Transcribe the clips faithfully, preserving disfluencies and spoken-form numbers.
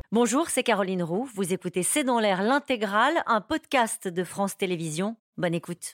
Bonjour, c'est Caroline Roux. Vous écoutez C'est dans l'air l'intégrale, un podcast de France Télévisions. Bonne écoute.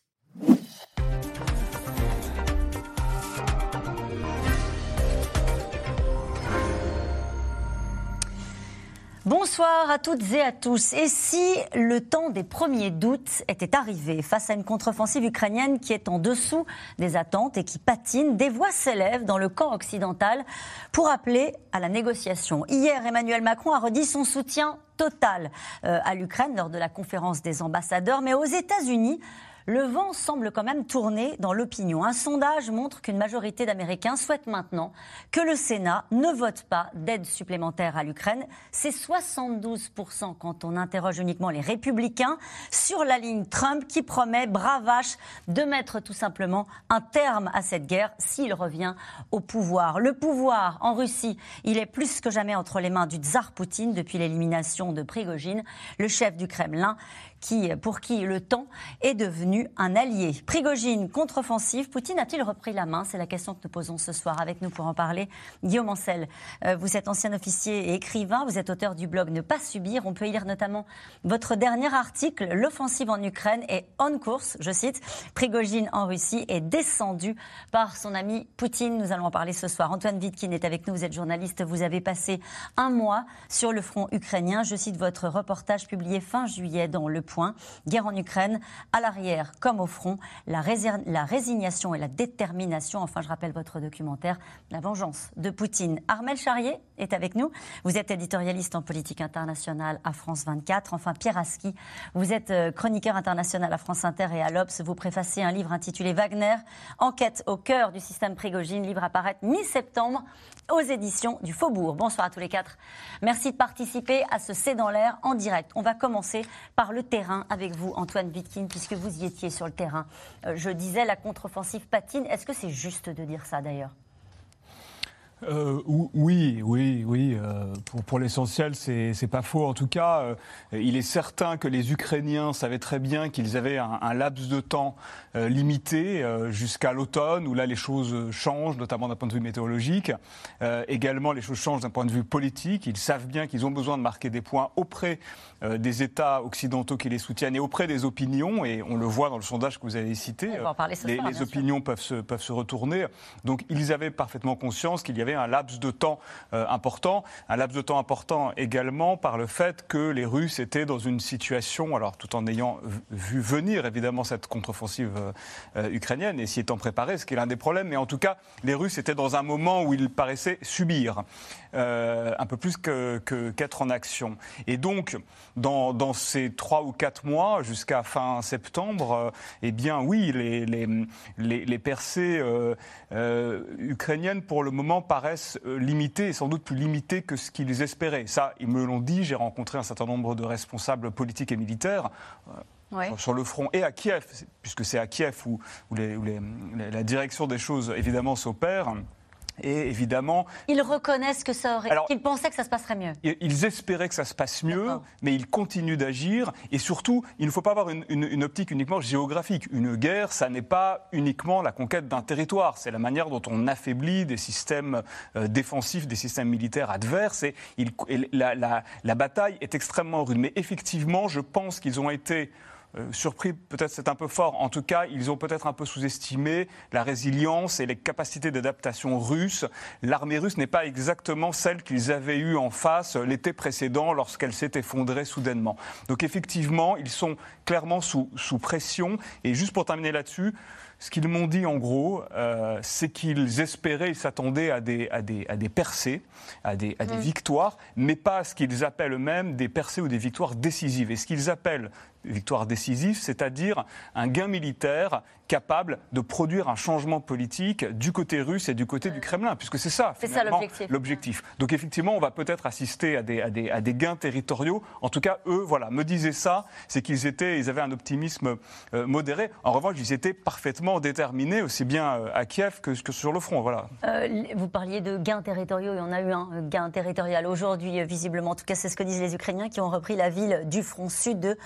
Bonsoir à toutes et à tous. Et si le temps des premiers doutes était arrivé face à une contre-offensive ukrainienne qui est en dessous des attentes et qui patine, des voix s'élèvent dans le camp occidental pour appeler à la négociation. Hier, Emmanuel Macron a redit son soutien total euh, à l'Ukraine lors de la conférence des ambassadeurs. Mais aux États-Unis, le vent semble quand même tourner dans l'opinion. Un sondage montre qu'une majorité d'Américains souhaitent maintenant que le Sénat ne vote pas d'aide supplémentaire à l'Ukraine. C'est soixante-douze pour cent quand on interroge uniquement les républicains sur la ligne Trump qui promet, bravache, de mettre tout simplement un terme à cette guerre s'il revient au pouvoir. Le pouvoir en Russie, il est plus que jamais entre les mains du tsar Poutine depuis l'élimination de Prigojine, le chef du Kremlin, Qui, pour qui le temps est devenu un allié. Prigojine, contre-offensive, Poutine a-t-il repris la main? C'est la question que nous posons ce soir. Avec nous pour en parler, Guillaume Ancel. Euh, vous êtes ancien officier et écrivain, vous êtes auteur du blog Ne pas subir. On peut y lire notamment votre dernier article, L'offensive en Ukraine est on course, je cite. Prigojine en Russie est descendu par son ami Poutine. Nous allons en parler ce soir. Antoine Wittkin est avec nous, vous êtes journaliste, vous avez passé un mois sur le front ukrainien. Je cite votre reportage publié fin juillet dans Le Point. Guerre en Ukraine, à l'arrière comme au front, la, réser- la résignation et la détermination. Enfin, je rappelle votre documentaire, La vengeance de Poutine. Armelle Charrier est avec nous. Vous êtes éditorialiste en politique internationale à France vingt-quatre. Enfin, Pierre Aski, vous êtes chroniqueur international à France Inter et à l'Obs. Vous préfacez un livre intitulé Wagner, enquête au cœur du système Prigojine. Livre à paraître mi-septembre aux éditions du Faubourg. Bonsoir à tous les quatre. Merci de participer à ce C'est dans l'air en direct. On va commencer par le terrain avec vous, Antoine Wittkin, puisque vous y étiez sur le terrain. Euh, je disais la contre-offensive patine. Est-ce que c'est juste de dire ça d'ailleurs ? Euh, oui, oui, oui. Euh, pour, pour l'essentiel, c'est, c'est pas faux. En tout cas, euh, il est certain que les Ukrainiens savaient très bien qu'ils avaient un, un laps de temps euh, limité euh, jusqu'à l'automne, où là les choses changent, notamment d'un point de vue météorologique. Euh, également, les choses changent d'un point de vue politique. Ils savent bien qu'ils ont besoin de marquer des points auprès euh, des États occidentaux qui les soutiennent et auprès des opinions. Et on le voit dans le sondage que vous avez cité. On va en parler ce les soir, les opinions peuvent se, peuvent se retourner. Donc, ils avaient parfaitement conscience qu'il y avait un laps de temps euh, important, un laps de temps important également par le fait que les Russes étaient dans une situation, alors tout en ayant vu venir évidemment cette contre-offensive euh, ukrainienne et s'y étant préparés, ce qui est l'un des problèmes, mais en tout cas les Russes étaient dans un moment où ils paraissaient subir euh, un peu plus que, que, qu'être en action. Et donc dans, dans ces trois ou quatre mois jusqu'à fin septembre, euh, eh bien oui, les, les, les, les percées euh, euh, ukrainiennes pour le moment paraissent limitées et sans doute plus limitées que ce qu'ils espéraient. Ça, ils me l'ont dit, j'ai rencontré un certain nombre de responsables politiques et militaires euh, ouais. sur, sur le front et à Kiev, puisque c'est à Kiev où, où, les, où les, la direction des choses évidemment s'opère. Et évidemment... Ils reconnaissent que ça aurait... Alors, qu'ils pensaient que ça se passerait mieux. Ils espéraient que ça se passe mieux, D'accord. mais ils continuent d'agir. Et surtout, il ne faut pas avoir une, une, une optique uniquement géographique. Une guerre, ça n'est pas uniquement la conquête d'un territoire. C'est la manière dont on affaiblit des systèmes euh, défensifs, des systèmes militaires adverses. Et, il, et la, la, la bataille est extrêmement rude. Mais effectivement, je pense qu'ils ont été... Euh, surpris, peut-être c'est un peu fort, en tout cas ils ont peut-être un peu sous-estimé la résilience et les capacités d'adaptation russes. L'armée russe n'est pas exactement celle qu'ils avaient eue en face l'été précédent lorsqu'elle s'est effondrée soudainement. Donc effectivement, ils sont clairement sous, sous pression. Et juste pour terminer là-dessus, ce qu'ils m'ont dit en gros, euh, c'est qu'ils espéraient, ils s'attendaient à des, à des, à des percées, à des, à des mmh. victoires, mais pas à ce qu'ils appellent eux-mêmes des percées ou des victoires décisives. Et ce qu'ils appellent victoire décisive, c'est-à-dire un gain militaire capable de produire un changement politique du côté russe et du côté du Kremlin, puisque c'est ça, c'est finalement, ça l'objectif. l'objectif. Donc effectivement, on va peut-être assister à des, à, des, à des gains territoriaux. En tout cas, eux, voilà, me disaient ça, c'est qu'ils étaient, ils avaient un optimisme euh, modéré. En revanche, ils étaient parfaitement déterminés, aussi bien à Kiev que, que sur le front. Voilà. Euh, vous parliez de gains territoriaux, il y en a eu un gain territorial aujourd'hui, visiblement. En tout cas, c'est ce que disent les Ukrainiens qui ont repris la ville du front sud de euh,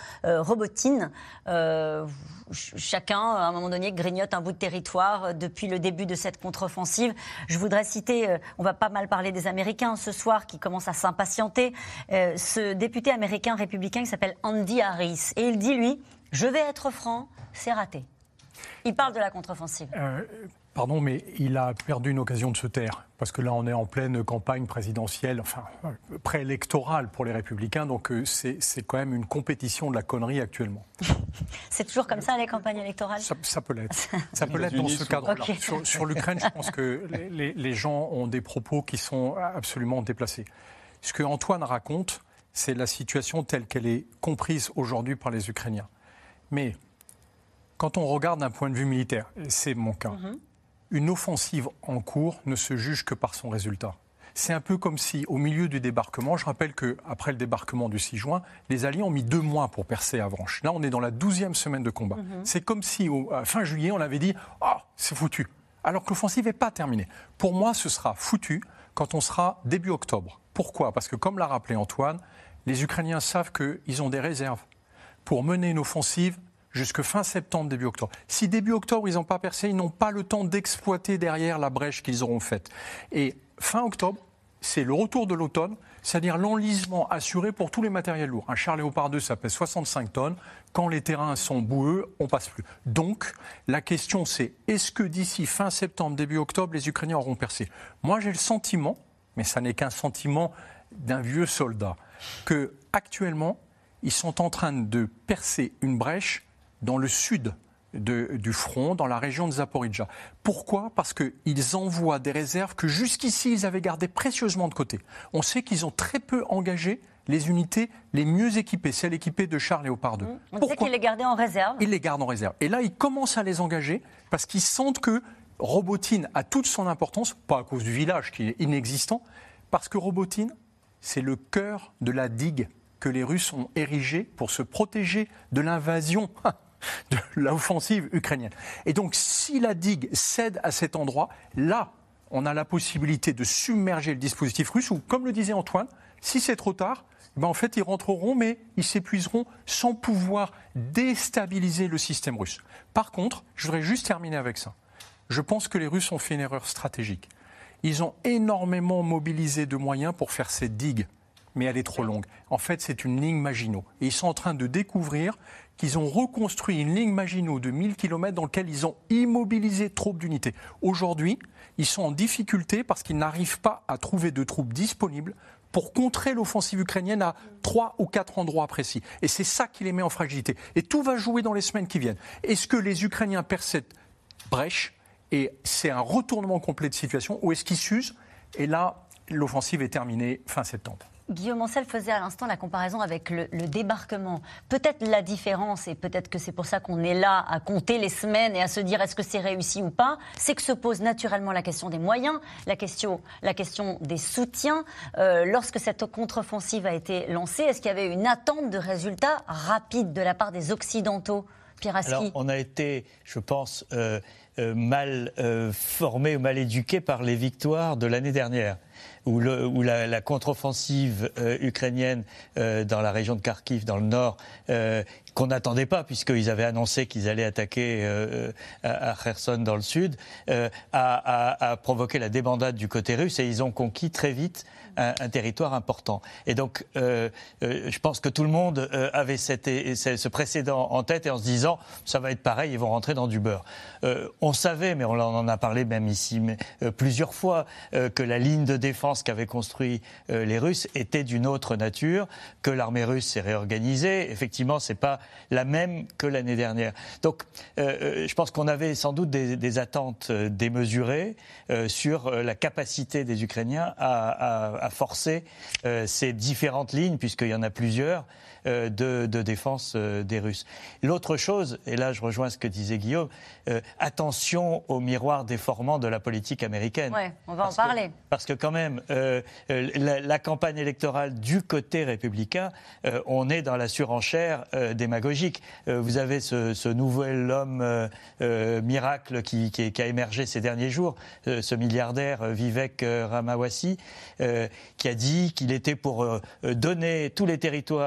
Robotine. Euh, chacun, à un moment donné, grignote un bout de territoire depuis le début de cette contre-offensive. Je voudrais citer, euh, on va pas mal parler des Américains ce soir qui commencent à s'impatienter, euh, ce député américain républicain qui s'appelle Andy Harris. Et il dit, lui, je vais être franc, c'est raté. Il parle de la contre-offensive. Euh, pardon, mais il a perdu une occasion de se taire. Parce que là, on est en pleine campagne présidentielle, enfin, préélectorale pour les Républicains. Donc, euh, c'est, c'est quand même une compétition de la connerie actuellement. C'est toujours comme ça, les campagnes électorales ? Ça, ça peut l'être. Ça peut l'être dans ce cadre-là. Okay. Sur, sur l'Ukraine, je pense que les, les gens ont des propos qui sont absolument déplacés. Ce que Antoine raconte, c'est la situation telle qu'elle est comprise aujourd'hui par les Ukrainiens. Mais quand on regarde d'un point de vue militaire, et c'est mon cas, mm-hmm. une offensive en cours ne se juge que par son résultat. C'est un peu comme si, au milieu du débarquement, je rappelle qu'après le débarquement du six juin, les Alliés ont mis deux mois pour percer Avranches. Là, on est dans la douzième semaine de combat. Mm-hmm. C'est comme si, au, à fin juillet, on avait dit « Ah, oh, c'est foutu !» alors que l'offensive n'est pas terminée. Pour moi, ce sera foutu quand on sera début octobre. Pourquoi ? Parce que, comme l'a rappelé Antoine, les Ukrainiens savent qu'ils ont des réserves pour mener une offensive jusque fin septembre, début octobre. Si début octobre, ils n'ont pas percé, ils n'ont pas le temps d'exploiter derrière la brèche qu'ils auront faite. Et fin octobre, c'est le retour de l'automne, c'est-à-dire l'enlisement assuré pour tous les matériels lourds. Un char Léopard deux, ça pèse soixante-cinq tonnes. Quand les terrains sont boueux, on passe plus. Donc, la question c'est, est-ce que d'ici fin septembre, début octobre, les Ukrainiens auront percé ? Moi, j'ai le sentiment, mais ça n'est qu'un sentiment d'un vieux soldat, qu'actuellement, ils sont en train de percer une brèche dans le sud de, du front, dans la région de Zaporijjia. Pourquoi ? Parce qu'ils envoient des réserves que jusqu'ici, ils avaient gardées précieusement de côté. On sait qu'ils ont très peu engagé les unités les mieux équipées, celles équipées de chars Léopard deux. Mmh. On Pourquoi ? sait qu'ils les gardaient en réserve. Ils les gardent en réserve. Et là, ils commencent à les engager parce qu'ils sentent que Robotine a toute son importance, pas à cause du village qui est inexistant, parce que Robotine, c'est le cœur de la digue que les Russes ont érigée pour se protéger de l'invasion de l'offensive ukrainienne. Et donc, si la digue cède à cet endroit, là, on a la possibilité de submerger le dispositif russe, ou comme le disait Antoine, si c'est trop tard, ben en fait, ils rentreront, mais ils s'épuiseront sans pouvoir déstabiliser le système russe. Par contre, je voudrais juste terminer avec ça. Je pense que les Russes ont fait une erreur stratégique. Ils ont énormément mobilisé de moyens pour faire cette digue, mais elle est trop longue. En fait, c'est une ligne Maginot. Et ils sont en train de découvrir qu'ils ont reconstruit une ligne Maginot de mille kilomètres dans laquelle ils ont immobilisé trop d'unités. Aujourd'hui, ils sont en difficulté parce qu'ils n'arrivent pas à trouver de troupes disponibles pour contrer l'offensive ukrainienne à trois ou quatre endroits précis. Et c'est ça qui les met en fragilité. Et tout va jouer dans les semaines qui viennent. Est-ce que les Ukrainiens percent cette brèche et c'est un retournement complet de situation, ou est-ce qu'ils s'usent ? Et là, l'offensive est terminée fin septembre. Guillaume Ancel faisait à l'instant la comparaison avec le, le débarquement. Peut-être la différence, et peut-être que c'est pour ça qu'on est là à compter les semaines et à se dire est-ce que c'est réussi ou pas, c'est que se pose naturellement la question des moyens, la question, la question des soutiens. Euh, lorsque cette contre-offensive a été lancée, est-ce qu'il y avait une attente de résultats rapides de la part des Occidentaux ? Pierre Aski. Alors, on a été, je pense, euh, euh, mal euh, formés ou mal éduqués par les victoires de l'année dernière, où, le, où la, la contre-offensive euh, ukrainienne euh, dans la région de Kharkiv, dans le nord, euh, qu'on n'attendait pas, puisqu'ils avaient annoncé qu'ils allaient attaquer euh, à, à Kherson dans le sud, euh, a, a, a provoqué la débandade du côté russe, et ils ont conquis très vite un, un territoire important. Et donc, euh, euh, je pense que tout le monde euh, avait cette, ce précédent en tête, et en se disant, ça va être pareil, ils vont rentrer dans du beurre. Euh, on savait, mais on en a parlé même ici mais, euh, plusieurs fois, euh, que la ligne de défense qu'avaient construit euh, les Russes était d'une autre nature, que l'armée russe s'est réorganisée. Effectivement, c'est pas la même que l'année dernière. Donc, euh, je pense qu'on avait sans doute des, des attentes démesurées euh, sur la capacité des Ukrainiens à, à, à forcer euh, ces différentes lignes, puisqu'il y en a plusieurs, euh, de, de défense euh, des Russes. L'autre chose, et là je rejoins ce que disait Guillaume, euh, attention au miroir déformant de la politique américaine. Ouais, on va parce en parler. Que, parce que quand même, euh, la, la campagne électorale du côté républicain, euh, on est dans la surenchère euh, démagogique. Euh, vous avez ce, ce nouvel homme euh, euh, miracle qui, qui, qui a émergé ces derniers jours, euh, ce milliardaire euh, Vivek euh, Ramaswamy, euh, qui a dit qu'il était pour euh, donner tous les territoires à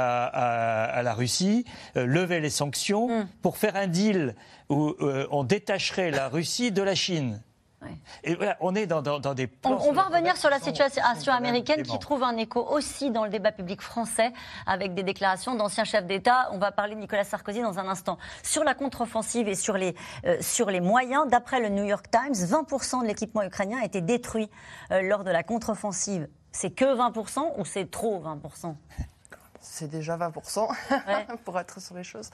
à, à, à la Russie, euh, lever les sanctions mm. pour faire un deal où euh, on détacherait la Russie de la Chine. Ouais. Et voilà, on est dans, dans, dans des plans. On, on va revenir sur la situation américaine qui trouve un écho aussi dans le débat public français avec des déclarations d'anciens chefs d'État. On va parler de Nicolas Sarkozy dans un instant. Sur la contre-offensive et sur les, euh, sur les moyens, d'après le New York Times, vingt pour cent de l'équipement ukrainien a été détruit euh, lors de la contre-offensive. C'est que vingt pour cent ou c'est trop vingt pour cent ? C'est déjà vingt pour cent ouais. pour être sur les choses.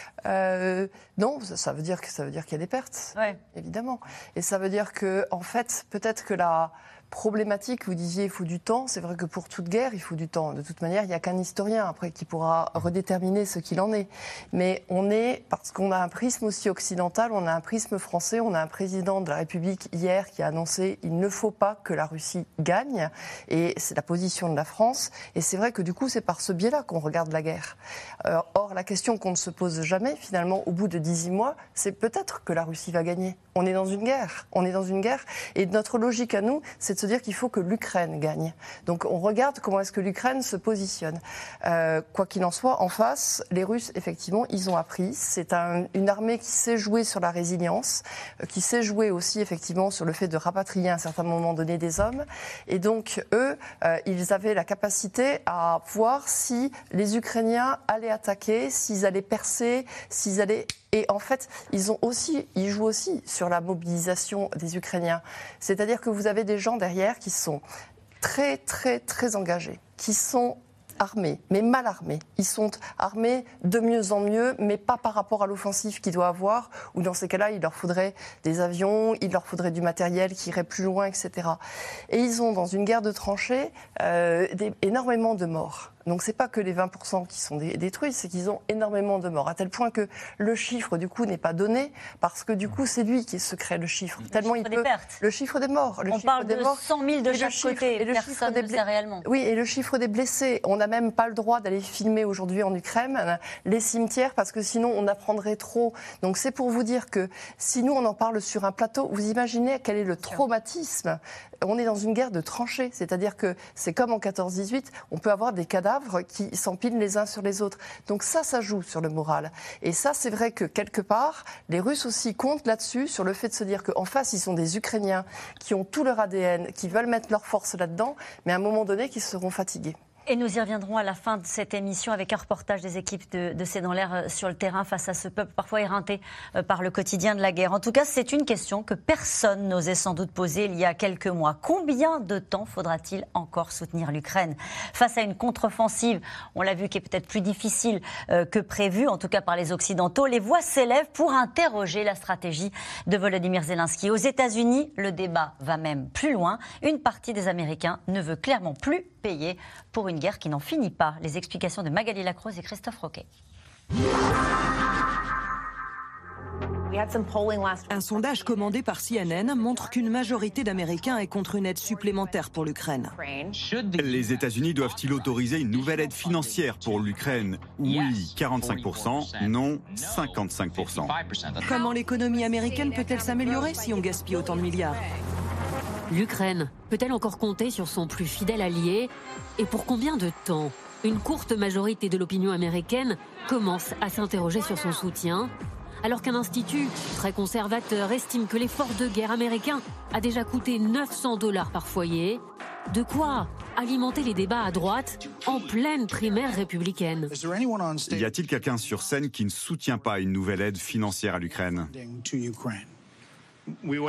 Euh, non, ça, ça veut dire que ça veut dire qu'il y a des pertes, ouais. évidemment. Et ça veut dire que, en fait, peut-être que la problématique, vous disiez, il faut du temps. C'est vrai que pour toute guerre, il faut du temps. De toute manière, il n'y a qu'un historien après qui pourra redéterminer ce qu'il en est. Mais on est, parce qu'on a un prisme aussi occidental, on a un prisme français, on a un président de la République hier qui a annoncé il ne faut pas que la Russie gagne. Et c'est la position de la France. Et c'est vrai que du coup, c'est par ce biais-là qu'on regarde la guerre. Euh, or, la question qu'on ne se pose jamais, finalement, au bout de dix-huit mois, c'est peut-être que la Russie va gagner. On est dans une guerre. On est dans une guerre. Et notre logique à nous, c'est de se dire qu'il faut que l'Ukraine gagne. Donc on regarde comment est-ce que l'Ukraine se positionne. Euh, quoi qu'il en soit, en face, les Russes, effectivement, ils ont appris. C'est un, une armée qui sait jouer sur la résilience, euh, qui sait jouer aussi, effectivement, sur le fait de rapatrier à un certain moment donné des hommes. Et donc, eux, euh, ils avaient la capacité à voir si les Ukrainiens allaient attaquer, s'ils allaient percer, s'ils allaient... Et en fait, ils, ont aussi, ils jouent aussi sur la mobilisation des Ukrainiens. C'est-à-dire que vous avez des gens derrière qui sont très, très, très engagés, qui sont armés, mais mal armés. Ils sont armés de mieux en mieux, mais pas par rapport à l'offensive qu'ils doivent avoir, où dans ces cas-là, il leur faudrait des avions, il leur faudrait du matériel qui irait plus loin, et cetera. Et ils ont, dans une guerre de tranchées, euh, des, énormément de morts. Donc c'est pas que les vingt pour cent qui sont dé- détruits, c'est qu'ils ont énormément de morts, à tel point que le chiffre du coup n'est pas donné, parce que du coup c'est lui qui se crée le chiffre. Le tellement chiffre il des peut... pertes. Le chiffre des morts. Le On chiffre parle des de morts, cent mille de chaque chiffre, côté, et le personne chiffre des ne bla... sait réellement. Oui, et le chiffre des blessés. On n'a même pas le droit d'aller filmer aujourd'hui en Ukraine les cimetières, parce que sinon on apprendrait trop. Donc c'est pour vous dire que si nous on en parle sur un plateau, vous imaginez quel est le traumatisme. On est dans une guerre de tranchées, c'est-à-dire que c'est comme en quatorze dix-huit, on peut avoir des cadavres qui s'empilent les uns sur les autres. Donc ça, ça joue sur le moral. Et ça, c'est vrai que quelque part, les Russes aussi comptent là-dessus, sur le fait de se dire qu'en face, ils sont des Ukrainiens qui ont tout leur A D N, qui veulent mettre leur force là-dedans, mais à un moment donné, qui seront fatigués. Et nous y reviendrons à la fin de cette émission avec un reportage des équipes de, de C'est dans l'air sur le terrain face à ce peuple parfois éreinté par le quotidien de la guerre. En tout cas, c'est une question que personne n'osait sans doute poser il y a quelques mois. Combien de temps faudra-t-il encore soutenir l'Ukraine face à une contre-offensive, on l'a vu, qui est peut-être plus difficile euh, que prévu, en tout cas par les Occidentaux? Les voix s'élèvent pour interroger la stratégie de Volodymyr Zelensky. Aux États-Unis, le débat va même plus loin. Une partie des Américains ne veut clairement plus payer pour une guerre qui n'en finit pas. Les explications de Magali Lacroze et Christophe Roquet. Un sondage commandé par C N N montre qu'une majorité d'Américains est contre une aide supplémentaire pour l'Ukraine. Les États-Unis doivent-ils autoriser une nouvelle aide financière pour l'Ukraine? Oui, quarante-cinq pour cent, non, cinquante-cinq pour cent. Comment l'économie américaine peut-elle s'améliorer si on gaspille autant de milliards? L'Ukraine peut-elle encore compter sur son plus fidèle allié? Et pour combien de temps? Une courte majorité de l'opinion américaine commence à s'interroger sur son soutien, alors qu'un institut très conservateur estime que l'effort de guerre américain a déjà coûté neuf cents dollars par foyer. De quoi alimenter les débats à droite en pleine primaire républicaine. Y a-t-il quelqu'un sur scène qui ne soutient pas une nouvelle aide financière à l'Ukraine? Vous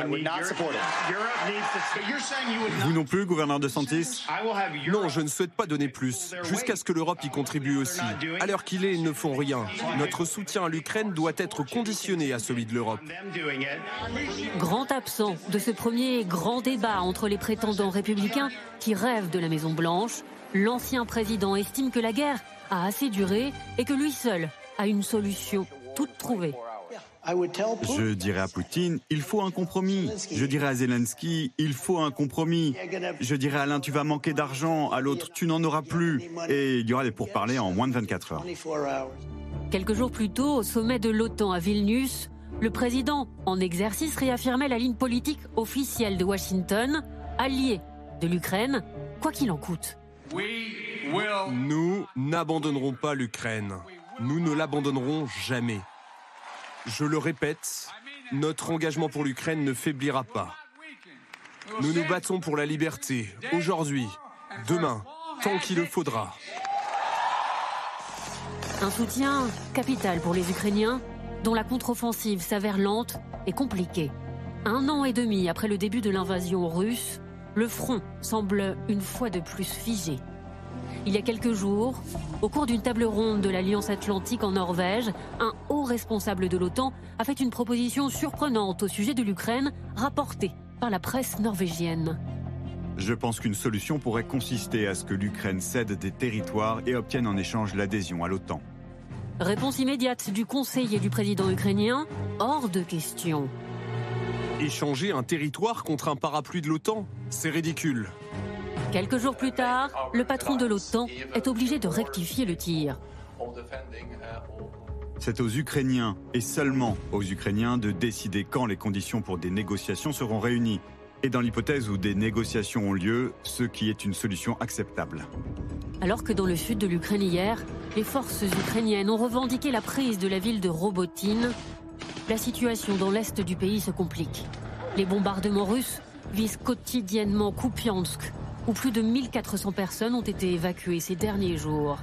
non plus, gouverneur DeSantis? Non, je ne souhaite pas donner plus, jusqu'à ce que l'Europe y contribue aussi. À l'heure qu'il est, ils ne font rien. Notre soutien à l'Ukraine doit être conditionné à celui de l'Europe. Grand absent de ce premier grand débat entre les prétendants républicains qui rêvent de la Maison-Blanche, l'ancien président estime que la guerre a assez duré et que lui seul a une solution toute trouvée. Je dirais à Poutine, il faut un compromis. Je dirais à Zelensky, il faut un compromis. Je dirais à l'un, tu vas manquer d'argent, à l'autre, tu n'en auras plus. Et il y aura des pourparlers en moins de vingt-quatre heures. Quelques jours plus tôt, au sommet de l'OTAN à Vilnius, le président en exercice réaffirmait la ligne politique officielle de Washington, allié de l'Ukraine, quoi qu'il en coûte. Nous n'abandonnerons pas l'Ukraine. Nous ne l'abandonnerons jamais. Je le répète, notre engagement pour l'Ukraine ne faiblira pas. Nous nous battons pour la liberté, aujourd'hui, demain, tant qu'il le faudra. Un soutien capital pour les Ukrainiens, dont la contre-offensive s'avère lente et compliquée. Un an et demi après le début de l'invasion russe, le front semble une fois de plus figé. Il y a quelques jours, au cours d'une table ronde de l'Alliance Atlantique en Norvège, un haut responsable de l'OTAN a fait une proposition surprenante au sujet de l'Ukraine, rapportée par la presse norvégienne. Je pense qu'une solution pourrait consister à ce que l'Ukraine cède des territoires et obtienne en échange l'adhésion à l'OTAN. Réponse immédiate du conseiller du président ukrainien, hors de question. Échanger un territoire contre un parapluie de l'OTAN, c'est ridicule. Quelques jours plus tard, le patron de l'OTAN est obligé de rectifier le tir. C'est aux Ukrainiens, et seulement aux Ukrainiens, de décider quand les conditions pour des négociations seront réunies. Et dans l'hypothèse où des négociations ont lieu, ce qui est une solution acceptable. Alors que dans le sud de l'Ukraine hier, les forces ukrainiennes ont revendiqué la prise de la ville de Robotine, la situation dans l'est du pays se complique. Les bombardements russes visent quotidiennement Kupiansk, où plus de mille quatre cents personnes ont été évacuées ces derniers jours.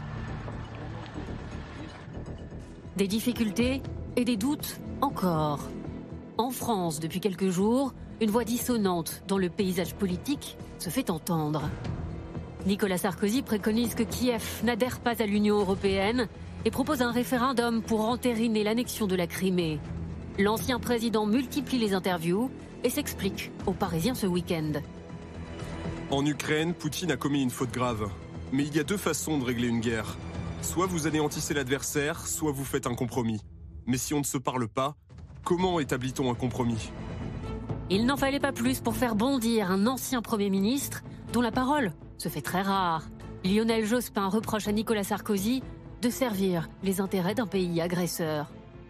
Des difficultés et des doutes encore. En France, depuis quelques jours, une voix dissonante dans le paysage politique se fait entendre. Nicolas Sarkozy préconise que Kiev n'adhère pas à l'Union européenne et propose un référendum pour entériner l'annexion de la Crimée. L'ancien président multiplie les interviews et s'explique aux Parisiens ce week-end. En Ukraine, Poutine a commis une faute grave. Mais il y a deux façons de régler une guerre. Soit vous anéantissez l'adversaire, soit vous faites un compromis. Mais si on ne se parle pas, comment établit-on un compromis ? Il n'en fallait pas plus pour faire bondir un ancien Premier ministre dont la parole se fait très rare. Lionel Jospin reproche à Nicolas Sarkozy de servir les intérêts d'un pays agresseur.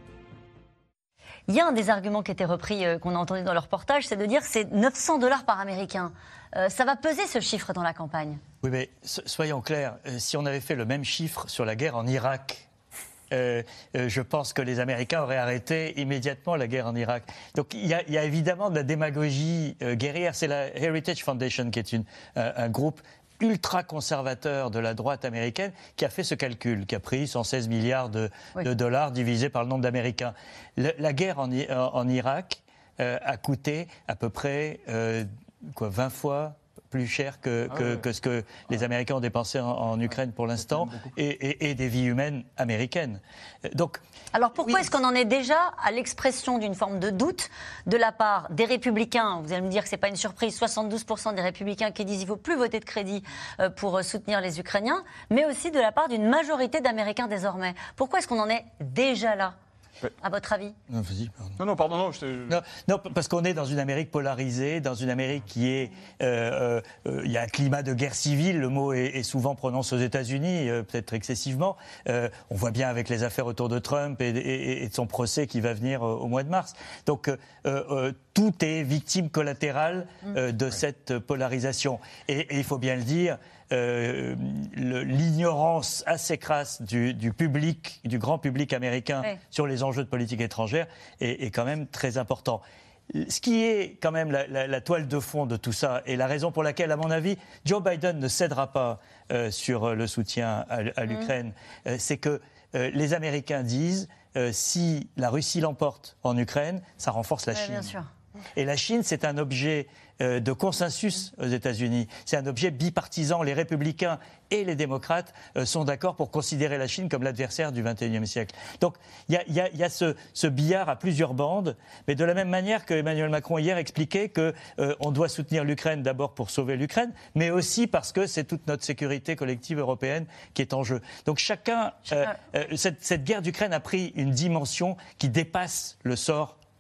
Il y a un des arguments qui était repris, euh, qu'on a entendu dans le reportage, c'est de dire que c'est neuf cents dollars par Américain. Euh, ça va peser ce chiffre dans la campagne. Oui, mais soyons clairs, euh, si on avait fait le même chiffre sur la guerre en Irak, euh, euh, je pense que les Américains auraient arrêté immédiatement la guerre en Irak. Donc il y a, il y a évidemment de la démagogie euh, guerrière. C'est la Heritage Foundation qui est une, un, un groupe ultra-conservateur de la droite américaine qui a fait ce calcul, qui a pris cent seize milliards de, oui. de dollars divisé par le nombre d'Américains. Le, la guerre en, en Irak euh, a coûté à peu près euh, quoi, vingt fois plus cher que, que, ah ouais. que ce que les Américains ont dépensé en, en Ukraine pour l'instant, et, et, et des vies humaines américaines. Donc, alors pourquoi oui. est-ce qu'on en est déjà à l'expression d'une forme de doute de la part des Républicains ? Vous allez me dire que ce n'est pas une surprise, soixante-douze pour cent des Républicains qui disent qu'il ne faut plus voter de crédit pour soutenir les Ukrainiens, mais aussi de la part d'une majorité d'Américains désormais. Pourquoi est-ce qu'on en est déjà là ? À votre avis ? Non, vas-y, pardon. Non, non, pardon, non, je non, non, parce qu'on est dans une Amérique polarisée, dans une Amérique qui est... Il euh, euh, y a un climat de guerre civile, le mot est, est souvent prononcé aux États-Unis, euh, peut-être excessivement. Euh, on voit bien avec les affaires autour de Trump et, et, et de son procès qui va venir euh, au mois de mars. Donc, euh, euh, tout est victime collatérale euh, de cette polarisation. Et, et il faut bien le dire... Euh, le, l'ignorance assez crasse du, du public, du grand public américain oui. sur les enjeux de politique étrangère est, est quand même très important. Ce qui est quand même la, la, la toile de fond de tout ça, et la raison pour laquelle, à mon avis, Joe Biden ne cédera pas euh, sur le soutien à, à l'Ukraine, mmh. euh, c'est que euh, les Américains disent euh, si la Russie l'emporte en Ukraine, ça renforce la oui, Chine. Bien sûr. Et la Chine, c'est un objet euh, de consensus aux États-Unis. C'est un objet bipartisan. Les républicains et les démocrates euh, sont d'accord pour considérer la Chine comme l'adversaire du vingt et unième siècle. Donc il y, y, y a ce, ce billard à plusieurs bandes, mais de la même manière que Emmanuel Macron hier expliquait qu'on euh, doit soutenir l'Ukraine d'abord pour sauver l'Ukraine, mais aussi parce que c'est toute notre sécurité collective européenne qui est en jeu. Donc chacun, euh, euh, cette, cette guerre d'Ukraine a pris une dimension qui dépasse le sort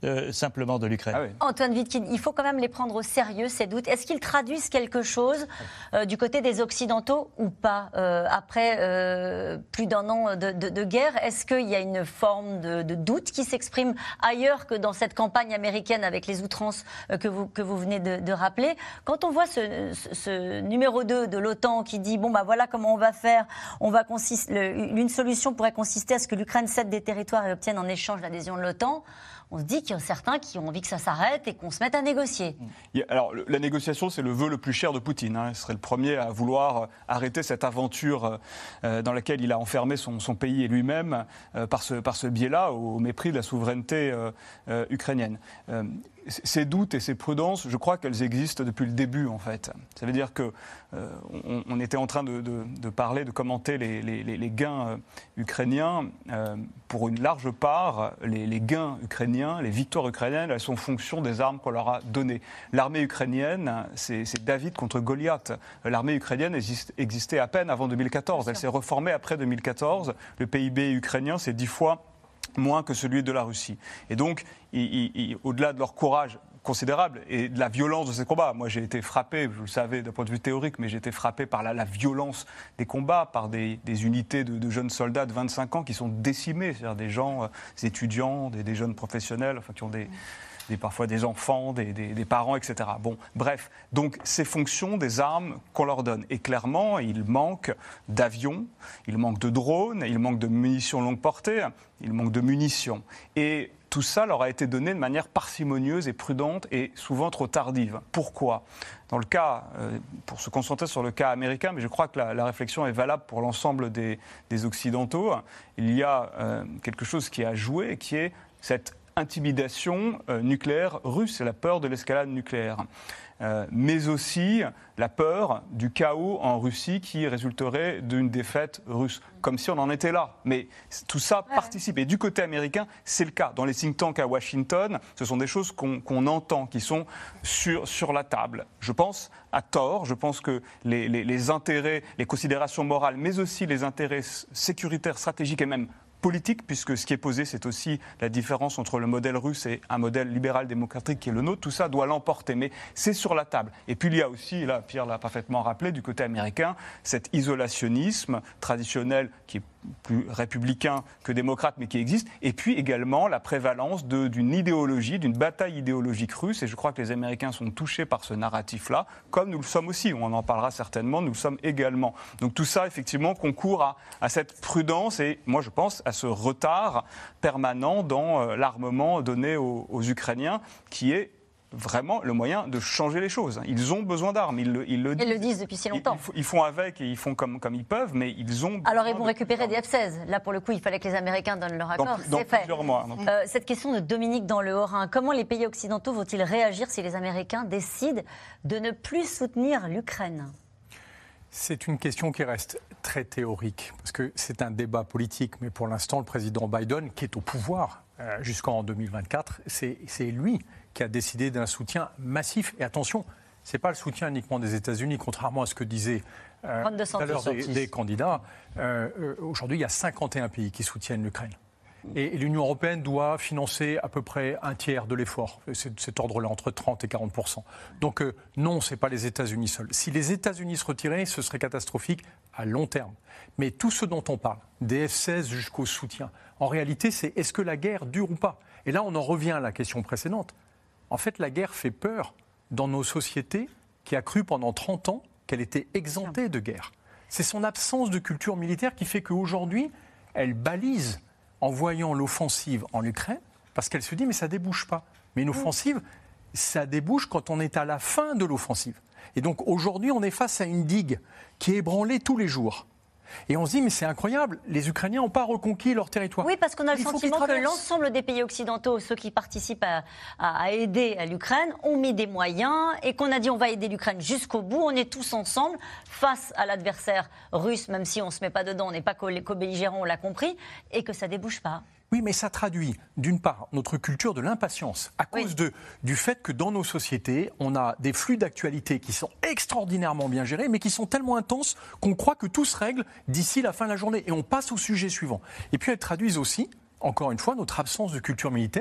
euh, simplement de l'Ukraine. Ah oui. Antoine Wittkin, il faut quand même les prendre au sérieux, ces doutes. Est-ce qu'ils traduisent quelque chose euh, du côté des Occidentaux ou pas euh, après euh, plus d'un an de, de, de guerre? Est-ce qu'il y a une forme de, de doute qui s'exprime ailleurs que dans cette campagne américaine avec les outrances euh, que, vous, que vous venez de, de rappeler? Quand on voit ce, ce, ce numéro deux de l'OTAN qui dit bon bah voilà comment on va faire, on va consiste, le, une solution pourrait consister à ce que l'Ukraine cède des territoires et obtienne en échange l'adhésion de l'OTAN. On se dit qu'il y a certains qui ont envie que ça s'arrête et qu'on se mette à négocier. Alors, la négociation, c'est le vœu le plus cher de Poutine. Hein. Il serait le premier à vouloir arrêter cette aventure euh, dans laquelle il a enfermé son, son pays et lui-même euh, par ce, par ce biais-là, au mépris de la souveraineté euh, euh, ukrainienne. Euh, Ces doutes et ces prudences, je crois qu'elles existent depuis le début, en fait. Ça veut dire qu'on euh, on était en train de, de, de parler, de commenter les, les, les gains euh, ukrainiens. Euh, pour une large part, les, les gains ukrainiens, les victoires ukrainiennes, elles sont fonction des armes qu'on leur a données. L'armée ukrainienne, c'est David contre Goliath. L'armée ukrainienne existe, existait à peine avant deux mille quatorze. Elle s'est reformée après deux mille quatorze. Le P I B ukrainien, c'est dix fois moins que celui de la Russie. Et donc, au-delà de leur courage considérable et de la violence de ces combats, moi j'ai été frappé, vous le savez d'un point de vue théorique, mais j'ai été frappé par la, la violence des combats, par des, des unités de, de jeunes soldats de vingt-cinq ans qui sont décimés, c'est-à-dire des gens, euh, des étudiants, des, des jeunes professionnels, enfin qui ont des... Des, parfois des enfants, des, des, des parents, et cetera. Bon, bref, donc c'est fonction des armes qu'on leur donne. Et clairement, il manque d'avions, il manque de drones, il manque de munitions longue portée, il manque de munitions. Et tout ça leur a été donné de manière parcimonieuse et prudente et souvent trop tardive. Pourquoi ? Dans le cas, euh, pour se concentrer sur le cas américain, mais je crois que la, la réflexion est valable pour l'ensemble des, des Occidentaux, il y a euh, quelque chose qui a joué, qui est cette intimidation euh, nucléaire russe, c'est la peur de l'escalade nucléaire. Euh, mais aussi la peur du chaos en Russie qui résulterait d'une défaite russe. Comme si on en était là. Mais tout ça ouais. participe. Et du côté américain, c'est le cas. Dans les think tanks à Washington, ce sont des choses qu'on qu'on entend, qui sont sur, sur la table. Je pense à tort. Je pense que les, les, les intérêts, les considérations morales, mais aussi les intérêts sécuritaires, stratégiques et même politique, puisque ce qui est posé, c'est aussi la différence entre le modèle russe et un modèle libéral-démocratique qui est le nôtre. Tout ça doit l'emporter, mais c'est sur la table. Et puis il y a aussi, là, Pierre l'a parfaitement rappelé, du côté américain, cet isolationnisme traditionnel qui est plus républicain que démocrate, mais qui existe, et puis également la prévalence d'une idéologie, d'une bataille idéologique russe, et je crois que les Américains sont touchés par ce narratif-là, comme nous le sommes aussi, on en parlera certainement, nous le sommes également. Donc tout ça, effectivement, concourt à, à cette prudence, et moi je pense à ce retard permanent dans euh, l'armement donné aux, aux Ukrainiens, qui est vraiment le moyen de changer les choses. Ils ont besoin d'armes, ils le, ils le disent. Ils le disent depuis si longtemps. Ils, ils font avec et ils font comme, comme ils peuvent, mais ils ont... Alors ils vont récupérer des F seize. Là, pour le coup, il fallait que les Américains donnent leur accord. Dans, dans plusieurs mois. Donc. Euh, cette question de Dominique dans le Haut-Rhin, comment les pays occidentaux vont-ils réagir si les Américains décident de ne plus soutenir l'Ukraine ? C'est une question qui reste très théorique, parce que c'est un débat politique, mais pour l'instant, le président Biden, qui est au pouvoir euh, jusqu'en deux mille vingt-quatre, c'est lui qui a décidé d'un soutien massif. Et attention, ce n'est pas le soutien uniquement des États-Unis, contrairement à ce que disaient euh, tout à l'heure des, des candidats. Euh, euh, Aujourd'hui, il y a cinquante et un pays qui soutiennent l'Ukraine. Et, et l'Union européenne doit financer à peu près un tiers de l'effort. C'est cet ordre-là, entre trente et quarante pour cent. Donc euh, non, ce n'est pas les États-Unis seuls. Si les États-Unis se retiraient, ce serait catastrophique à long terme. Mais tout ce dont on parle, des F seize jusqu'au soutien, en réalité, c'est est-ce que la guerre dure ou pas? Et là, on en revient à la question précédente. En fait, la guerre fait peur dans nos sociétés qui a cru pendant trente ans qu'elle était exemptée de guerre. C'est son absence de culture militaire qui fait qu'aujourd'hui, elle balise en voyant l'offensive en Ukraine, parce qu'elle se dit, mais ça ne débouche pas. Mais une offensive, ça débouche quand on est à la fin de l'offensive. Et donc aujourd'hui, on est face à une digue qui est ébranlée tous les jours. Et on se dit, mais c'est incroyable, les Ukrainiens n'ont pas reconquis leur territoire. Oui, parce qu'on a le sentiment que l'ensemble des pays occidentaux, ceux qui participent à, à, à aider à l'Ukraine, ont mis des moyens et qu'on a dit on va aider l'Ukraine jusqu'au bout. On est tous ensemble face à l'adversaire russe, même si on ne se met pas dedans, on n'est pas co-belligérants, on l'a compris, et que ça ne débouche pas. Oui, mais ça traduit, d'une part, notre culture de l'impatience, à cause oui. de, du fait que dans nos sociétés, on a des flux d'actualité qui sont extraordinairement bien gérés, mais qui sont tellement intenses qu'on croit que tout se règle d'ici la fin de la journée. Et on passe au sujet suivant. Et puis elles traduisent aussi, encore une fois, notre absence de culture militaire.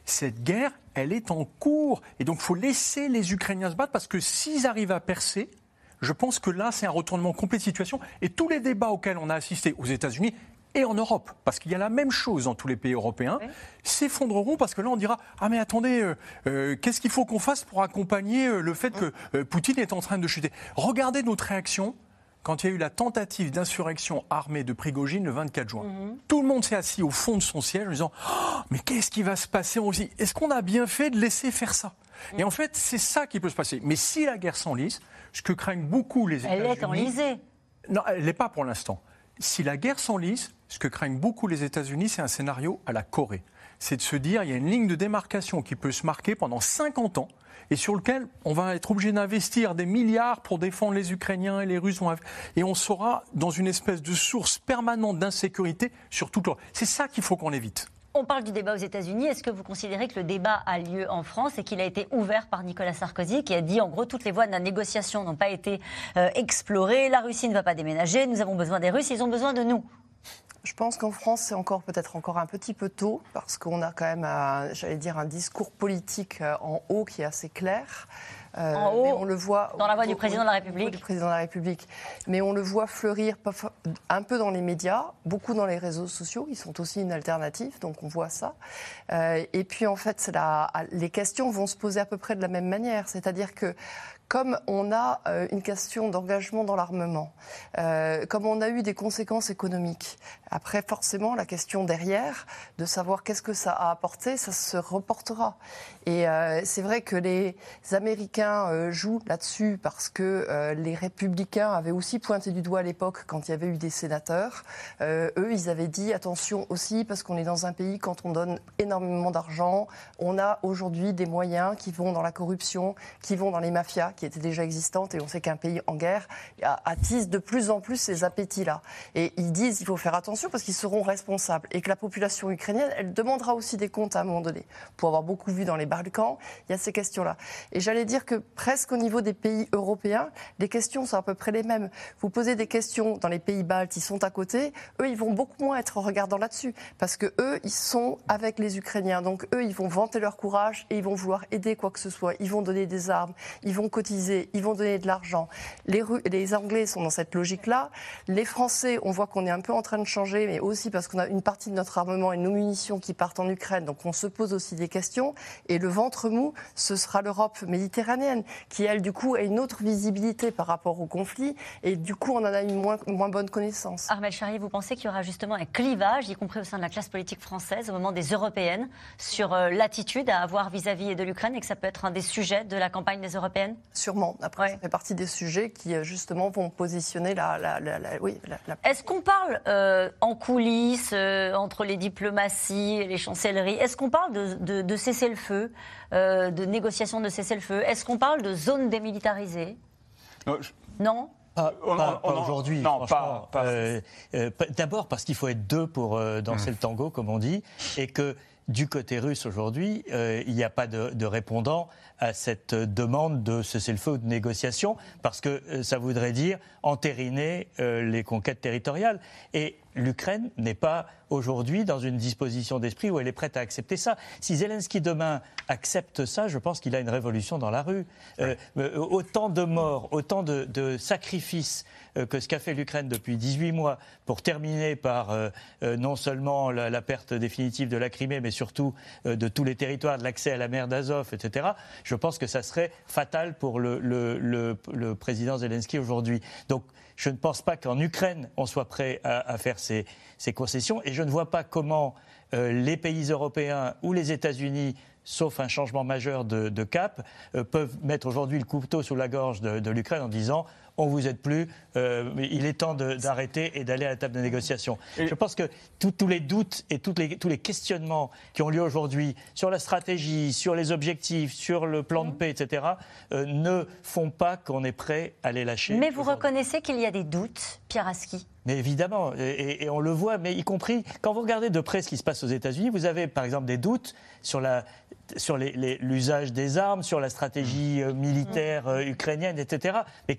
cette guerre, elle est en cours. Et donc, il faut laisser les Ukrainiens se battre parce que s'ils arrivent à percer, je pense que là, c'est un retournement complet de situation. Et tous les débats auxquels on a assisté aux États-Unis et en Europe, parce qu'il y a la même chose dans tous les pays européens, oui. s'effondreront parce que là, on dira « Ah mais attendez, euh, euh, qu'est-ce qu'il faut qu'on fasse pour accompagner euh, le fait que euh, Poutine est en train de chuter ?» Regardez notre réaction quand il y a eu la tentative d'insurrection armée de Prigojine le vingt-quatre juin. Mm-hmm. Tout le monde s'est assis au fond de son siège en disant oh, « Mais qu'est-ce qui va se passer aussi ? Est-ce qu'on a bien fait de laisser faire ça ?» mm. Et en fait, c'est ça qui peut se passer. Mais si la guerre s'enlise, ce que craignent beaucoup les États-Unis... Elle est enlisée. Non, elle ne l'est pas pour l'instant. Si la guerre s'enlise, ce que craignent beaucoup les États-Unis, c'est un scénario à la Corée. C'est de se dire, il y a une ligne de démarcation qui peut se marquer pendant cinquante ans et sur lequel on va être obligé d'investir des milliards pour défendre les Ukrainiens et les Russes. Vont... Et on sera dans une espèce de source permanente d'insécurité sur toute l'Europe. C'est ça qu'il faut qu'on évite. On parle du débat aux États-Unis. Est-ce que vous considérez que le débat a lieu en France et qu'il a été ouvert par Nicolas Sarkozy, qui a dit en gros toutes les voies de la négociation n'ont pas été euh, explorées, la Russie ne va pas déménager, nous avons besoin des Russes, ils ont besoin de nous? Je pense qu'en France, c'est encore peut-être encore un petit peu tôt, parce qu'on a quand même, un, j'allais dire, un discours politique en haut qui est assez clair. Euh, en haut, mais on le voit dans la voix du président de la République. Du président de la République. Mais on le voit fleurir un peu dans les médias, beaucoup dans les réseaux sociaux. Ils sont aussi une alternative, donc on voit ça. Euh, et puis en fait, c'est la, les questions vont se poser à peu près de la même manière. C'est-à-dire que comme on a euh, une question d'engagement dans l'armement, euh, comme on a eu des conséquences économiques, après forcément la question derrière, de savoir qu'est-ce que ça a apporté, ça se reportera. Et euh, c'est vrai que les Américains euh, jouent là-dessus parce que euh, les Républicains avaient aussi pointé du doigt à l'époque quand il y avait eu des sénateurs. Euh, eux, ils avaient dit attention aussi parce qu'on est dans un pays quand on donne énormément d'argent, on a aujourd'hui des moyens qui vont dans la corruption, qui vont dans les mafias, qui étaient déjà existantes, et on sait qu'un pays en guerre attise de plus en plus ces appétits-là. Et ils disent qu'il faut faire attention parce qu'ils seront responsables et que la population ukrainienne, elle demandera aussi des comptes à un moment donné. Pour avoir beaucoup vu dans les Balkans, il y a ces questions-là. Et j'allais dire que presque au niveau des pays européens, les questions sont à peu près les mêmes. Vous posez des questions dans les pays baltes, ils sont à côté, eux, ils vont beaucoup moins être regardants là-dessus parce que eux, ils sont avec les Ukrainiens. Donc eux, ils vont vanter leur courage et ils vont vouloir aider quoi que ce soit. Ils vont donner des armes, ils vont cotiser, ils vont donner de l'argent. Les, Ru- les Anglais sont dans cette logique-là. Les Français, on voit qu'on est un peu en train de changer, mais aussi parce qu'on a une partie de notre armement et nos munitions qui partent en Ukraine, donc on se pose aussi des questions. Et le ventre mou, ce sera l'Europe méditerranéenne, qui, elle, du coup, a une autre visibilité par rapport au conflit, et du coup, on en a une moins, moins bonne connaissance. Armelle Charrier, vous pensez qu'il y aura justement un clivage, y compris au sein de la classe politique française, au moment des européennes, sur euh, l'attitude à avoir vis-à-vis de l'Ukraine, et que ça peut être un des sujets de la campagne des européennes ? Sûrement. Après, ouais. Ça fait partie des sujets qui, justement, vont positionner la... la, la, la oui, la, la... Est-ce qu'on parle euh, en coulisses, euh, entre les diplomaties et les chancelleries, est-ce qu'on parle de, de, de cessez-le-feu, euh, de négociations de cessez-le-feu ? Est-ce qu'on parle de zones démilitarisées ? Non, je... Non Pas, pas, pas aujourd'hui, non, franchement. Pas, pas... Euh, euh, D'abord parce qu'il faut être deux pour euh, danser mmh. le tango, comme on dit, et que du côté russe aujourd'hui, euh, il n'y a pas de, de répondant à cette demande de cessez-le-feu ou de négociation, parce que euh, ça voudrait dire entériner euh, les conquêtes territoriales. Et l'Ukraine n'est pas aujourd'hui dans une disposition d'esprit où elle est prête à accepter ça. Si Zelensky demain accepte ça, je pense qu'il a une révolution dans la rue. Euh, euh, autant de morts, autant de, de sacrifices euh, que ce qu'a fait l'Ukraine depuis dix-huit mois pour terminer par euh, euh, non seulement la, la perte définitive de la Crimée, mais surtout euh, de tous les territoires, de l'accès à la mer d'Azov, et cetera. Je pense que ça serait fatal pour le, le, le, le président Zelensky aujourd'hui. Donc, je ne pense pas qu'en Ukraine, on soit prêt à, à faire ces, ces concessions. Et je ne vois pas comment euh, les pays européens ou les États-Unis, sauf un changement majeur de, de cap, euh, peuvent mettre aujourd'hui le couteau sous la gorge de, de l'Ukraine en disant « on ne vous aide plus, euh, il est temps de, d'arrêter et d'aller à la table de négociation ». Je pense que tous les doutes et toutes les, tous les questionnements qui ont lieu aujourd'hui sur la stratégie, sur les objectifs, sur le plan de paix, et cetera, euh, ne font pas qu'on est prêt à les lâcher. Mais vous reconnaissez qu'il y a des doutes, Pierre Aski ? Mais évidemment, et, et on le voit, mais y compris quand vous regardez de près ce qui se passe aux États-Unis, vous avez par exemple des doutes sur, la, sur les, les, l'usage des armes, sur la stratégie euh, militaire euh, ukrainienne, et cetera, mais qui sont normaux